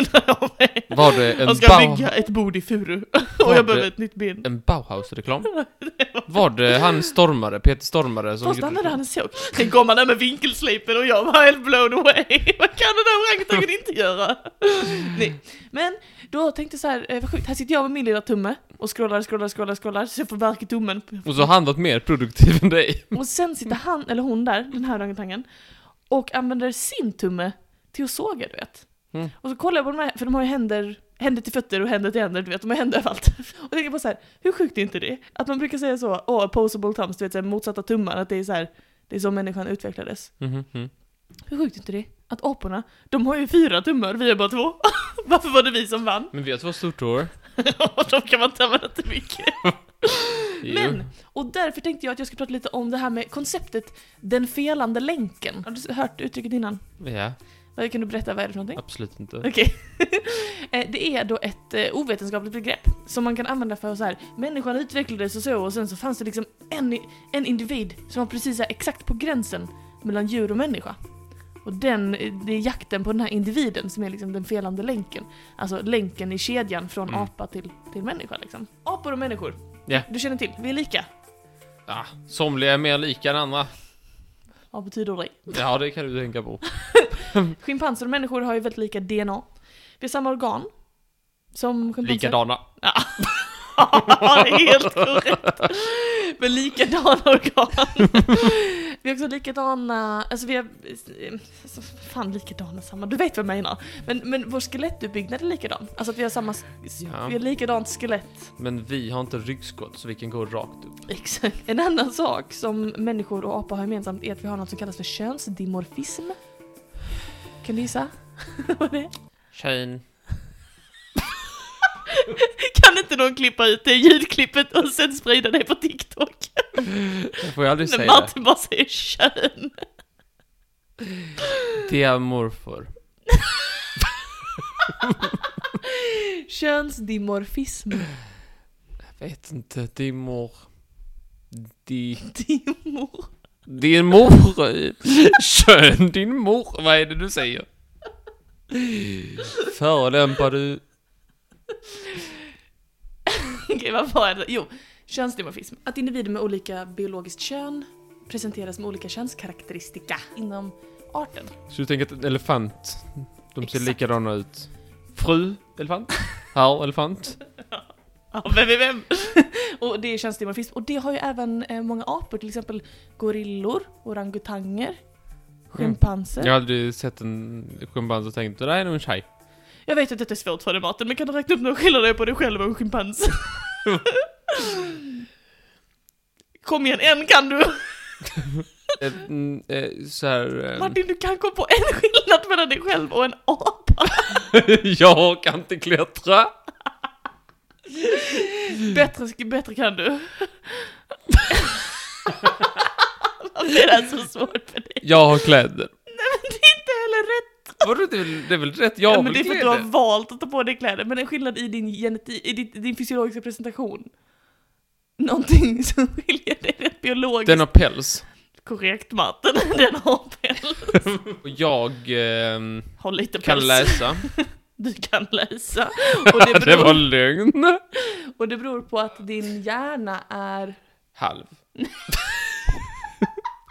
[SPEAKER 2] Var det en
[SPEAKER 1] jag ska bygga ett bord i furu. Och jag behöver ett nytt ben.
[SPEAKER 2] En Bauhaus-reklam? Var det han Stormare, Peter Stormare? Som
[SPEAKER 1] först använde han en såg. Sen kom han där med vinkelslipen och jag var helt blown away. Vad kan den där orangutangen inte göra? Nej. Men då tänkte jag så här, vad sjukt. Här sitter jag med min lilla tumme och scrollar så jag får verka tummen.
[SPEAKER 2] Och så har han varit mer produktiv än dig.
[SPEAKER 1] Och sen sitter han eller hon där, den här orangutangen, och använder sin tumme till att såga, du vet. Och så kollar jag på de här, för de har ju händer till fötter och händer till händer, du vet, de har händer överallt. Och tänker på så här, hur sjukt är inte det? Att man brukar säga så, opposable thumbs, du vet, så här, motsatta tummar, att det är så här, det är så människan utvecklades. Hur sjukt är inte det? Att aporna, de har ju 4 tummar, vi har bara 2. Varför var det vi som vann?
[SPEAKER 2] Men vi har 2 stortår.
[SPEAKER 1] De kan man inte använda till mycket. Men, och därför tänkte jag att jag skulle prata lite om det här med konceptet den felande länken. Har du hört uttrycket innan?
[SPEAKER 2] Ja.
[SPEAKER 1] Kan du berätta vad är det för någonting?
[SPEAKER 2] Absolut inte.
[SPEAKER 1] Okej. Det är då ett ovetenskapligt begrepp som man kan använda för så här, människan utvecklades och sen så fanns det liksom en individ som var precis så här, exakt på gränsen mellan djur och människa. Och det är jakten på den här individen som är liksom den felande länken. Alltså länken i kedjan från apa till människa liksom. Apor och människor.
[SPEAKER 2] Ja.
[SPEAKER 1] Du känner till, vi är lika.
[SPEAKER 2] Ja, somliga är mer lika än andra.
[SPEAKER 1] Vad betyder det?
[SPEAKER 2] Ja, det kan du tänka på.
[SPEAKER 1] Schimpanser och människor har ju väldigt lika DNA. Vi har samma organ som schimpanser.
[SPEAKER 2] Likadana.
[SPEAKER 1] Ja. Ja, det är helt korrekt. Men likadana organ. Vi har också likadana, alltså vi har fan likadana samma, du vet vad jag menar. Men vår skelettuppbyggnad är likadan. Alltså att vi har samma, vi har likadant skelett.
[SPEAKER 2] Men vi har inte ryggskott så vi kan gå rakt upp.
[SPEAKER 1] Exakt. En annan sak som människor och apor har gemensamt är att vi har något som kallas för könsdimorfism. Kan du gissa vad det är?
[SPEAKER 2] Kön.
[SPEAKER 1] Kan inte någon klippa ut det ljudklippet och sen sprida det på TikTok?
[SPEAKER 2] Jag får ju aldrig säga det.
[SPEAKER 1] När Martin bara säger kön.
[SPEAKER 2] Diamorfor.
[SPEAKER 1] Könsdimorfism.
[SPEAKER 2] Jag vet inte, dimor.
[SPEAKER 1] Dimor.
[SPEAKER 2] Din mor. Kön, din mor. Vad är det du säger? Förolämpar du?
[SPEAKER 1] Okej, vad var det? Jo, könsdimorfism. Att individer med olika biologiskt kön presenteras med olika könskarakteristika inom arten.
[SPEAKER 2] Så du tänker att en elefant, de ser likadana ut? Fru elefant? Herr elefant?
[SPEAKER 1] Ja, vem? Och det är könsdimorfism. Och det har ju även många apor, till exempel gorillor, orangutanger, schimpanser.
[SPEAKER 2] Jag har aldrig sett en schimpans och tänkt, det där är nog en tjej.
[SPEAKER 1] Jag vet att det är svårt för dig, Martin, men kan du räkna upp några skillnader på dig själv och en schimpans? Kom igen, en kan du!
[SPEAKER 2] Så här,
[SPEAKER 1] Martin, du kan komma på en skillnad mellan dig själv och en apa.
[SPEAKER 2] Jag kan inte klättra.
[SPEAKER 1] Bättre kan du. Varför är det så svårt för dig?
[SPEAKER 2] Jag har kläder.
[SPEAKER 1] Nej, men det är inte heller rätt.
[SPEAKER 2] Vadå, det är väl rätt? Jag har
[SPEAKER 1] men det är för
[SPEAKER 2] kläder.
[SPEAKER 1] att du har valt att ta på dig kläder. Men en skillnad i din genetik, i din fysiologiska presentation. Någonting som skiljer dig rätt biologiskt.
[SPEAKER 2] Den har päls.
[SPEAKER 1] Korrekt, Martin. Den har päls.
[SPEAKER 2] Och jag
[SPEAKER 1] har lite päls.
[SPEAKER 2] Kan läsa.
[SPEAKER 1] Du kan läsa. Och det
[SPEAKER 2] var lögn.
[SPEAKER 1] Och det beror på att din hjärna är...
[SPEAKER 2] halv.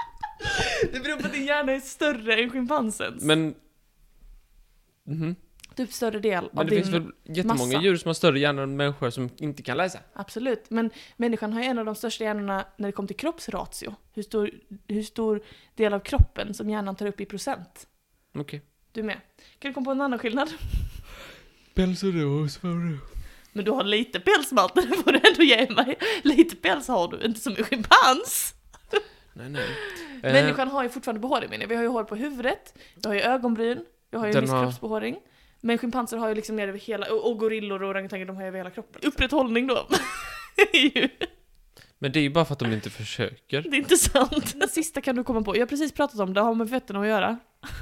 [SPEAKER 2] Det
[SPEAKER 1] beror på att din hjärna är större än schimpansens.
[SPEAKER 2] Men...
[SPEAKER 1] äter upp större del
[SPEAKER 2] Men
[SPEAKER 1] av
[SPEAKER 2] det
[SPEAKER 1] din
[SPEAKER 2] finns väl jättemånga
[SPEAKER 1] massa.
[SPEAKER 2] djur som har större hjärnor än människor som inte kan läsa?
[SPEAKER 1] Absolut, men människan har ju en av de största hjärnorna när det kommer till kroppsratio. Hur stor del av kroppen som hjärnan tar upp i procent.
[SPEAKER 2] Okej.
[SPEAKER 1] Du med? Kan du komma på en annan skillnad?
[SPEAKER 2] Päls och ros, vadå?
[SPEAKER 1] Men du har lite päls, Martin, det får du ändå ge mig. Lite päls har du, inte som en schimpans.
[SPEAKER 2] Nej.
[SPEAKER 1] Människan har ju fortfarande behåring, menar jag. Vi har ju hår på huvudet, vi har ju ögonbryn, vi har ju en viss kroppsbehåring. Men schimpanser har ju liksom mer över hela, och gorillor och orangutanger, de har ju över hela kroppen. Upprätthållning då.
[SPEAKER 2] Men det är ju bara för att de inte försöker.
[SPEAKER 1] Det är inte sant. Det sista kan du komma på. Jag har precis pratat om det, har med fötterna att göra.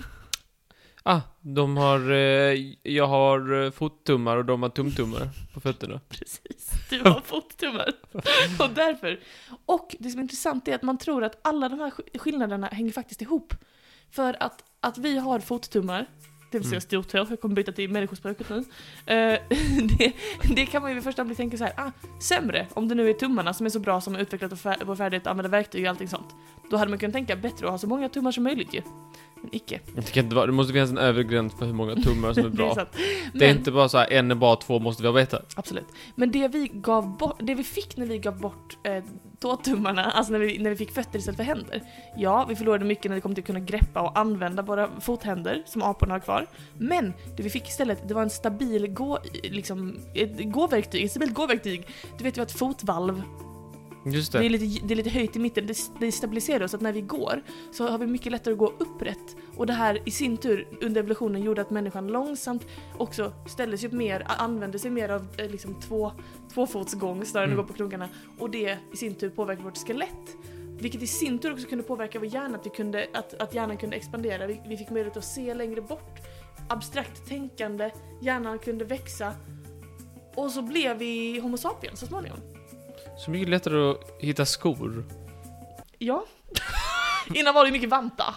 [SPEAKER 2] Jag har fottummar och de har tumtummar på fötterna.
[SPEAKER 1] Precis, du har fottummar. Och därför. Och det som är intressant är att man tror att alla de här skillnaderna hänger faktiskt ihop. För att vi har fottummar, det vill säga stortår, jag kommer byta till människospråket nu. Det kan man ju vid första bli tänka så här, sämre, om det nu är tummarna som är så bra som har utvecklat och färdigt att använda verktyg och allting sånt. Då hade man kunnat tänka bättre att ha så många tummar som möjligt ju. Men icke.
[SPEAKER 2] Det måste finnas en övre gräns för hur många tummar som är bra.
[SPEAKER 1] Det
[SPEAKER 2] är inte bara så här, en är bra, 2 måste vi ha vetat.
[SPEAKER 1] Absolut. Men det vi fick när vi gav bort tåtummarna, alltså när vi fick fötter istället för händer. Ja, vi förlorade mycket när det kom till att kunna greppa och använda våra fothänder som aporna har kvar. Men det vi fick istället, det var en stabil ett stabilt gåverktyg. Du vet ju att fotvalv.
[SPEAKER 2] Just det.
[SPEAKER 1] Det är lite höjt i mitten, det stabiliserar oss, att när vi går så har vi mycket lättare att gå upprätt. Och det här i sin tur under evolutionen gjorde att människan långsamt också ställde sig upp mer, använde sig mer av tvåfotsgång snarare än att gå på knogarna. Och det i sin tur påverkar vårt skelett. Vilket i sin tur också kunde påverka vår hjärna, att hjärnan kunde expandera. Vi fick möjlighet att se längre bort, abstrakt tänkande, hjärnan kunde växa. Och så blev vi homo sapiens så småningom.
[SPEAKER 2] Så mycket lättare att hitta skor.
[SPEAKER 1] Ja. Innan var det mycket vantar.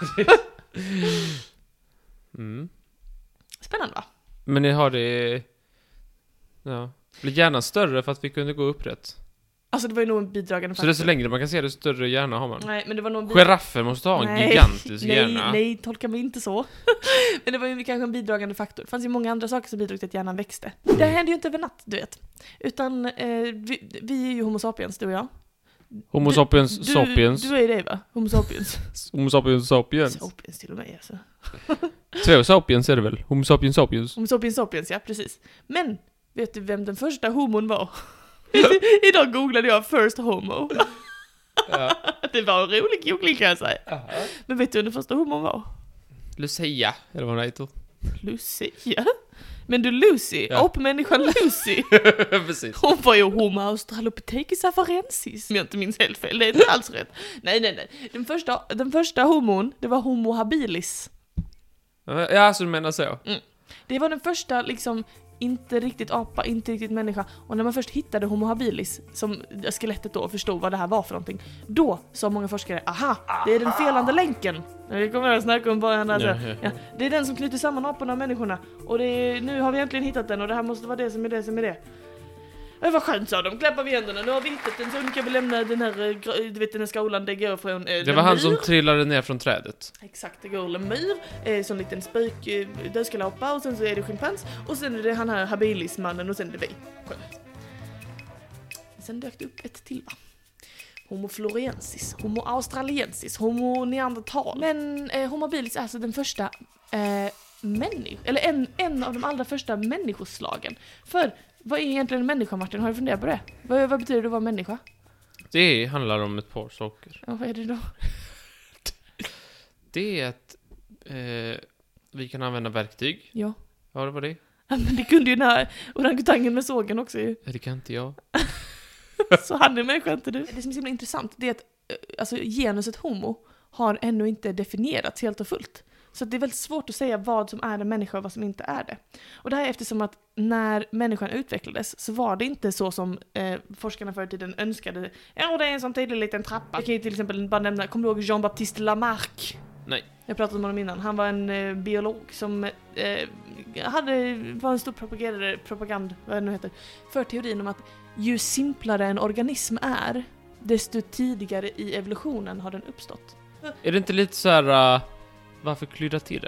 [SPEAKER 1] Spännande, va?
[SPEAKER 2] Men ni har det... Ja. Blir hjärnan större för att vi kunde gå upprätt?
[SPEAKER 1] Alltså det var ju nog en bidragande faktor.
[SPEAKER 2] Så desto längre man kan se, det större hjärna har man.
[SPEAKER 1] Nej, men det var nog
[SPEAKER 2] Giraffer måste ha en gigantisk hjärna.
[SPEAKER 1] Nej, tolka mig inte så. Men det var ju kanske en bidragande faktor. Det fanns ju många andra saker som bidrog till att hjärnan växte. Det hände ju inte över natt, du vet. Utan vi är ju homo sapiens, du och jag.
[SPEAKER 2] Homo sapiens sapiens.
[SPEAKER 1] Du är det, va? Homo sapiens.
[SPEAKER 2] Homo sapiens sapiens.
[SPEAKER 1] Sapiens till och med, alltså.
[SPEAKER 2] 2 sapiens är det väl? Homo sapiens sapiens.
[SPEAKER 1] Homo sapiens sapiens, ja, precis. Men, vet du vem den första homon var? Idag googlade jag first homo.
[SPEAKER 2] Ja.
[SPEAKER 1] Det var en rolig googling, kan jag säga.
[SPEAKER 2] Aha.
[SPEAKER 1] Men vet du vem den första homon var?
[SPEAKER 2] Lucia, eller vad det heter.
[SPEAKER 1] Lucia? Men du, Lucy,
[SPEAKER 2] ja.
[SPEAKER 1] Apmänniskan Lucy.
[SPEAKER 2] Precis.
[SPEAKER 1] Hon var ju Homo australopithecus afarensis. Om jag inte minns helt fel, det är inte alls rätt. Nej. Den första homon, det var Homo habilis.
[SPEAKER 2] Ja, så du menar så.
[SPEAKER 1] Det var den första, liksom, inte riktigt apa, inte riktigt människa. Och när man först hittade Homo habilis, som skelettet då, och förstod vad det här var för någonting, då sa många forskare, aha, det är den felande länken. Vi kommer att snacka om bara ja, det är den som knyter samman aporna och människorna. Och nu har vi äntligen hittat den, och det här måste vara det som är det som är det. Det var skönt, sa de. Klappar vi händerna. Nu har vi hittat den, så nu kan vi lämna den här, du vet, den här skolan, det går från
[SPEAKER 2] det var han som trillade ner från trädet.
[SPEAKER 1] Exakt, det går lemur, sån liten spök, dödskalapa, och sen så är det schimpans, och sen är det han här habilismannen, och sen är det vi. Skönt. Sen dök det upp ett till, va? Homo floresiensis, Homo australiensis, Homo neandertal. Men Homo habilis är alltså den första eller en av de allra första människoslagen. För vad är egentligen en människa, Martin? Har du funderat på det? Vad betyder det att vara människa?
[SPEAKER 2] Det handlar om ett par saker.
[SPEAKER 1] Ja, vad är det då?
[SPEAKER 2] Det är att vi kan använda verktyg.
[SPEAKER 1] Ja.
[SPEAKER 2] Ja, det var det.
[SPEAKER 1] Ja, men det kunde ju den här orangutangen med sågen också ju.
[SPEAKER 2] Det kan inte jag.
[SPEAKER 1] Så han är människa, inte du? Det som är så himla intressant, det är att alltså, genuset homo har ännu inte definierats helt och fullt. Så det är väldigt svårt att säga vad som är en människa och vad som inte är det. Och det här är eftersom att när människan utvecklades så var det inte så som forskarna förr i tiden önskade. Ja, det är en sån tydlig liten trappa. Jag kan ju till exempel bara nämna, kommer du ihåg Jean-Baptiste Lamarck?
[SPEAKER 2] Nej.
[SPEAKER 1] Jag pratade om honom innan. Han var en biolog som var en stor propagand, vad det nu heter, för teorin om att ju simplare en organism är, desto tidigare i evolutionen har den uppstått.
[SPEAKER 2] Är det inte lite så här, varför klydda till det?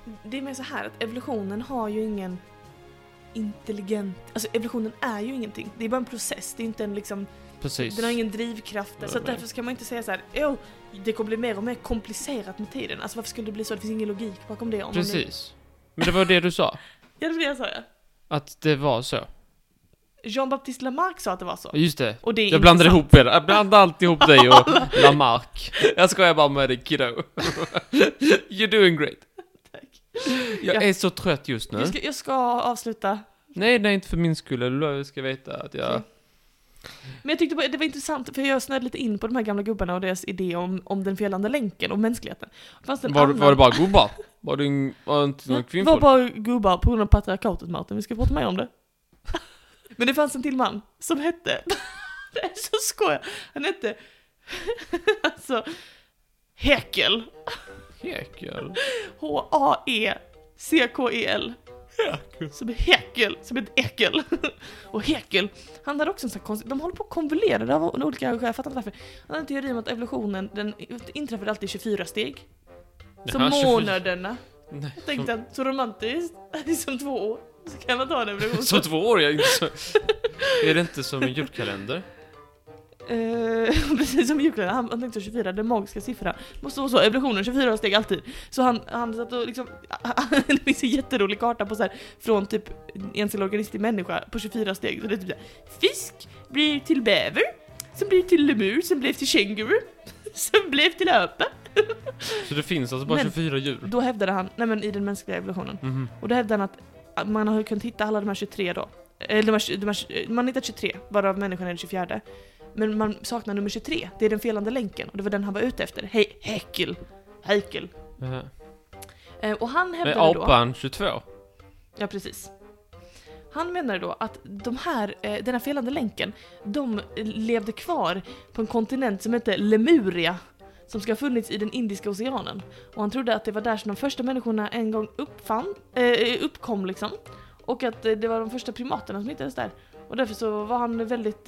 [SPEAKER 1] det är mer så här att evolutionen har ju ingen intelligent... Alltså evolutionen är ju ingenting. Det är bara en process. Det är inte en liksom...
[SPEAKER 2] Precis.
[SPEAKER 1] Den har ingen drivkraft. Så att därför ska man inte säga så här: det kommer bli mer och mer komplicerat med tiden. Alltså varför skulle det bli så? Det finns ingen logik bakom det. Om
[SPEAKER 2] Precis. Men det var det du sa.
[SPEAKER 1] Ja, det var det jag sa, ja.
[SPEAKER 2] Att det var så.
[SPEAKER 1] Jean-Baptiste Lamarck sa att det var så.
[SPEAKER 2] Just det.
[SPEAKER 1] Och det är
[SPEAKER 2] jag blandade
[SPEAKER 1] intressant.
[SPEAKER 2] ihop er. Jag blandade alltid ihop dig och Lamarck. Jag skojar bara med dig, kiddo. You're doing great.
[SPEAKER 1] Tack.
[SPEAKER 2] Jag är så trött just nu.
[SPEAKER 1] Jag ska avsluta.
[SPEAKER 2] Nej, inte för min skull. Jag ska veta att jag...
[SPEAKER 1] Okay. Men jag tyckte det var intressant, för jag snöade lite in på de här gamla gubbarna och deras idé om den felande länken och mänskligheten.
[SPEAKER 2] Var det bara gubbar? Var det inte någon kvinnfolk?
[SPEAKER 1] Det var bara gubbar på grund av patriarkatet, Martin. Vi ska prata mer om det. Men det fanns en till man som hette... Det är så skoj. Han hette... alltså... Häckel.
[SPEAKER 2] Häckel?
[SPEAKER 1] H-A-E-C-K-E-L. Som är Häckel, som är ett äckel. Och Häckel, han hade också en sån här konstig... De håller på att konvolera det av olika skäl, jag fattar inte varför. Han hade en teori om att evolutionen, den inträffade alltid i 24 steg. Så månaderna. Jag tänkte att så romantiskt, som 2 år, så kan man ta en evolution.
[SPEAKER 2] Så 2 år, inte så... Är det inte som en julkalender?
[SPEAKER 1] Precis som julkalender, han tänkte 24, den magiska siffran. Måste vara så, evolutionen 24 steg alltid. Så han satt och liksom... det finns en jätterolig karta på så här, från typ enskild organism till människa på 24 steg. Så det är typ så här, fisk blir till bäver, sen blir till lemur, sen blev till känguru, sen blev till öpa.
[SPEAKER 2] Så det finns alltså bara 24 djur?
[SPEAKER 1] Då hävdade han, i den mänskliga evolutionen.
[SPEAKER 2] Mm-hmm.
[SPEAKER 1] Och då hävdade han att man har kunnat hitta alla de här 23 då. Eller man har hittat 23, varav människan är den 24. Men man saknar nummer 23. Det är den felande länken. Och det var den han var ute efter. Häckel.
[SPEAKER 2] Uh-huh.
[SPEAKER 1] Och han hävdade
[SPEAKER 2] men
[SPEAKER 1] då...
[SPEAKER 2] apan 22?
[SPEAKER 1] Ja, precis. Han menade då att den här felande länken, de levde kvar på en kontinent som heter Lemuria, som ska ha funnits i den Indiska oceanen. Och han trodde att det var där som de första människorna en gång uppkom liksom. Och att det var de första primaterna som hittades där. Och därför så var han väldigt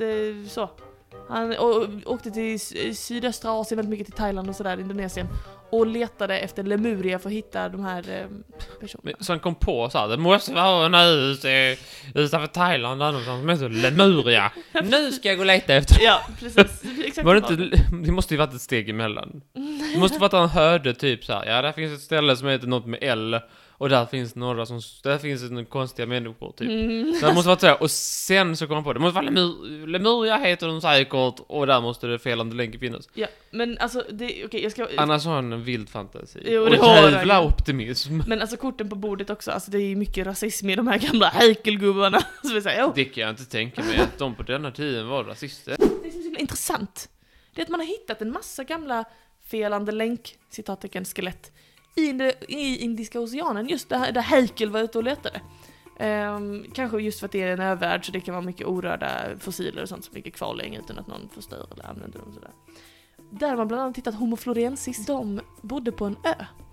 [SPEAKER 1] han åkte till sydöstra Asien, väldigt mycket till Thailand och sådär, Indonesien. Och letade efter Lemuria för att hitta de här personerna.
[SPEAKER 2] Så han kom på så här, det måste vara en ö utanför Thailand där någonstans som heter Lemuria. Nu ska jag gå och leta efter.
[SPEAKER 1] Ja, precis. Exakt.
[SPEAKER 2] Var det inte, det måste ju varit ett steg emellan. Det måste varit att han hörde typ så här, ja, där finns ett ställe som heter något med L. Och där finns där finns några konstiga människor typ. Så det måste vara så här. Och sen så kom han på det måste vara Lemuria heter de säkert. Och där måste det felande länken finnas.
[SPEAKER 1] Ja, men alltså okej, jag ska...
[SPEAKER 2] Annars har han en vild fantasi.
[SPEAKER 1] Jo,
[SPEAKER 2] och jävla optimism.
[SPEAKER 1] Men alltså korten på bordet också. Alltså det är mycket rasism i de här gamla häkelgubbarna. Så vi säger,
[SPEAKER 2] det kan jag inte tänka mig att de på denna tiden var rasister.
[SPEAKER 1] Det som är så intressant, det är att man har hittat en massa gamla felande länk, citattecken, skelett i Indiska oceanen, just där Häckel var ute och letade. Kanske just för att det är en övärld, så det kan vara mycket orörda fossiler och sånt som ligger kvar länge utan att någon förstör eller använder dem sådär. Där har man bland annat hittat Homo florensis. De bodde på en ö.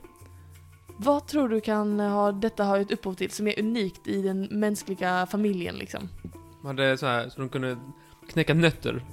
[SPEAKER 1] Vad tror du kan detta ha ett upphov till som är unikt i den mänskliga familjen liksom?
[SPEAKER 2] Man hade så här så de kunde knäcka nötter.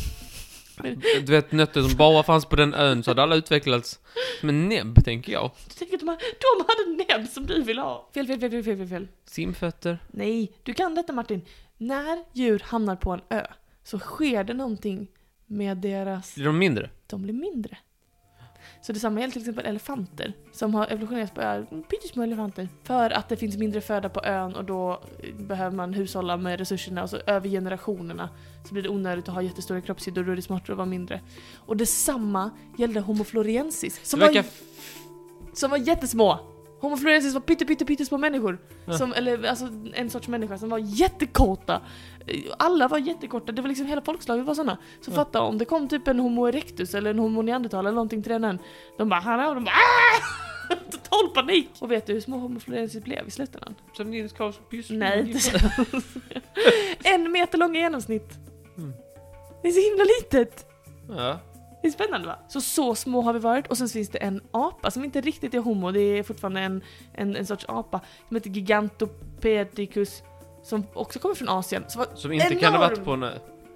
[SPEAKER 2] Du vet, nötter som bara fanns på den ön, så hade alla utvecklats som en näbb, tänker jag.
[SPEAKER 1] Du tänker att de hade näbb som du vill ha. Fel.
[SPEAKER 2] Simfötter.
[SPEAKER 1] Nej, du kan detta, Martin. När djur hamnar på en ö så sker det någonting med deras...
[SPEAKER 2] Blir de mindre?
[SPEAKER 1] De blir mindre. Så detsamma gäller till exempel elefanter som har evolutionerats på öar, pyttesmå elefanter, för att det finns mindre föda på ön och då behöver man hushålla med resurserna, och så över generationerna så blir det onödigt att ha jättestora kroppshydda och då är det smartare att vara mindre. Och detsamma gällde Homo florensis som var jättesmå. Homo florensis var pyttesmå människor. Ja. Alltså en sorts människa som var jättekorta. Alla var jättekorta. Det var liksom hela folkslaget var såna. Så fatta om det kom typ en Homo erectus eller en Homo neandertal eller någonting till den ön. De bara total panik. Och vet du hur små Homo florensis blev i slutändan?
[SPEAKER 2] Som Nils Karlsson.
[SPEAKER 1] Nej, inte så. 1 meter lång i genomsnitt. Det är så himla litet.
[SPEAKER 2] Ja.
[SPEAKER 1] Det är spännande, va? Så små har vi varit. Och sen finns det en apa som inte riktigt är homo. Det är fortfarande en sorts apa som heter Gigantopithecus, som också kommer från Asien.
[SPEAKER 2] Som inte kan ha varit på en ö.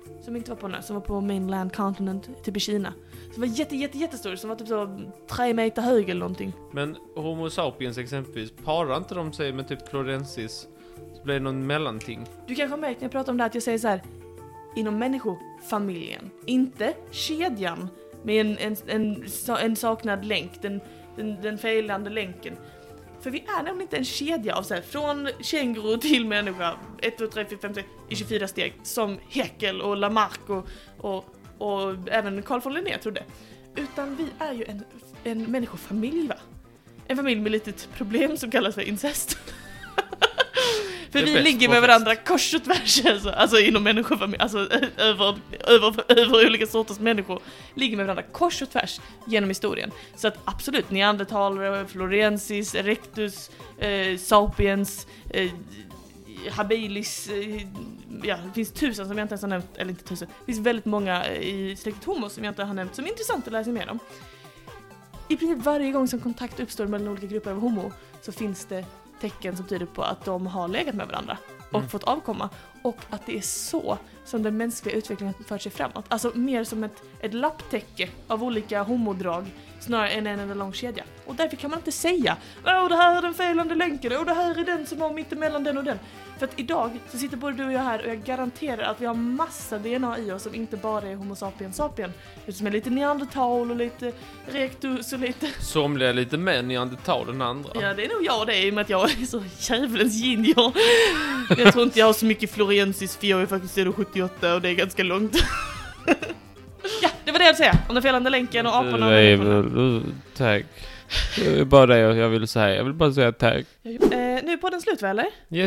[SPEAKER 1] som inte var på som var på mainland continent, typ i Kina. Som var jättestor, som var typ så 3 meter hög eller någonting.
[SPEAKER 2] Men Homo sapiens exempelvis, parar inte de sig med typ florensis, så blir det någon mellanting.
[SPEAKER 1] Du kanske har märkt när jag pratar om det här att jag säger så här: inom människofamiljen, inte kedjan med en saknad länk, den felande länken. För vi är nämligen inte en kedja av så här, från känguru till människa 1, 2, 3, 4, 5, 6 i 24 steg som Haeckel och Lamarck och även Carl von Linné trodde. Utan vi är ju en människofamilj, va? En familj med litet problem som kallas för incest. För vi ligger med varandra kors och tvärs, alltså inom människofamilj, alltså över olika sorters människor ligger med varandra kors och tvärs genom historien. Så att absolut, neandertalare, florensis, erectus, sapiens, habilis, ja, det finns 1000 som jag inte ens har nämnt, eller inte 1000, det finns väldigt många i släktet Homo som jag inte har nämnt, som är intressant att lära sig mer om. I princip varje gång som kontakt uppstår mellan olika grupper av Homo så finns det tecken som tyder på att de har legat med varandra och fått avkomma, och att det är så som den mänskliga utvecklingen för sig framåt. Alltså mer som ett lapptäcke av olika homodrag snarare än en enda lång kedja. Och därför kan man inte säga det här är den felande länken, och det här är den som var mitt emellan den och den. För att idag så sitter både du och jag här och jag garanterar att vi har massa DNA i oss som inte bara är Homo sapiens sapien. Som är lite neandertal och lite rectus och lite...
[SPEAKER 2] Somliga är lite mer neandertal än andra.
[SPEAKER 1] Ja, det är nog jag det, i och med att jag är så jävlens ginger. Jag tror inte jag har så mycket florensis, för jag är faktiskt 78 och det är ganska långt. Ja, det var det jag ville säga om den felande länken och aporna.
[SPEAKER 2] Tack. Det är bara det jag ville säga. Jag vill bara säga tack.
[SPEAKER 1] Nu är podden slut, va, eller?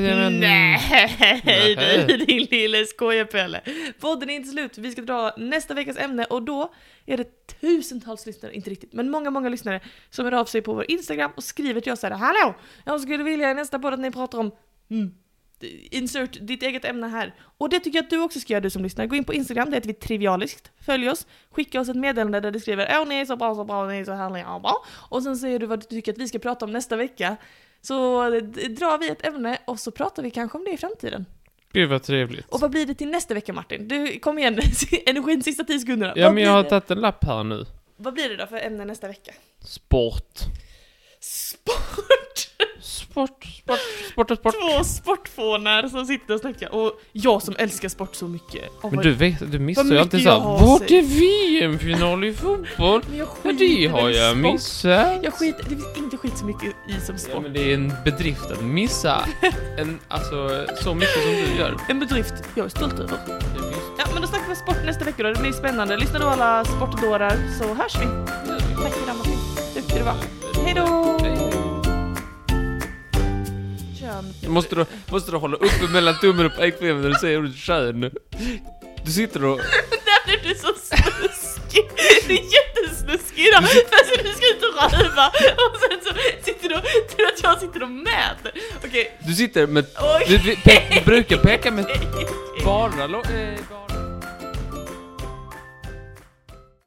[SPEAKER 2] Nej,
[SPEAKER 1] du, din lille skojapelle. Podden är inte slut. Vi ska dra nästa veckas ämne, och då är det tusentals lyssnare, inte riktigt, men många lyssnare som hör av sig på vår Instagram och skriver till oss så här: hallå, jag skulle vilja i nästa podd att ni pratar om insert ditt eget ämne här. Och det tycker jag att du också ska göra, du som lyssnar. Gå in på Instagram, det heter vi Trivialiskt. Följ oss, skicka oss ett meddelande där du skriver ni är så bra, ni är så härliga, bra. Och sen säger du vad du tycker att vi ska prata om nästa vecka. Så drar vi ett ämne och så pratar vi kanske om det i framtiden.
[SPEAKER 2] Gud vad trevligt.
[SPEAKER 1] Och vad blir det till nästa vecka, Martin? Du, kom igen, energin sista 10 sekunderna.
[SPEAKER 2] Ja, men jag har tagit en lapp här nu.
[SPEAKER 1] Vad blir det då för ämne nästa vecka?
[SPEAKER 2] Sport. Sport.
[SPEAKER 1] 2 sportfånar som sitter och snackar. Och jag som älskar sport så mycket.
[SPEAKER 2] Men du missar ju alltid så här: vart är VM-final i fotboll? Det har jag missat.
[SPEAKER 1] Det finns inte skit så mycket i som sport.
[SPEAKER 2] Ja, men det är en bedrift att missa så mycket som du gör.
[SPEAKER 1] En bedrift jag är stolt över. Ja, men då snackar vi sport nästa vecka då. Det blir spännande. Lyssna då alla sportdårar, så hörs vi. Tack för det, Martin. Duktig du var. Hej då!
[SPEAKER 2] Måste du hålla uppe mellan tummen och pekfingret när du säger ordet kön? Du sitter och...
[SPEAKER 1] Där är du så snuskig. Det är jättesnuskig idag. Fast du ska inte röva. Och sen så sitter du och tror att jag sitter och mäter. Okej.
[SPEAKER 2] Du sitter med... Du brukar peka med bara...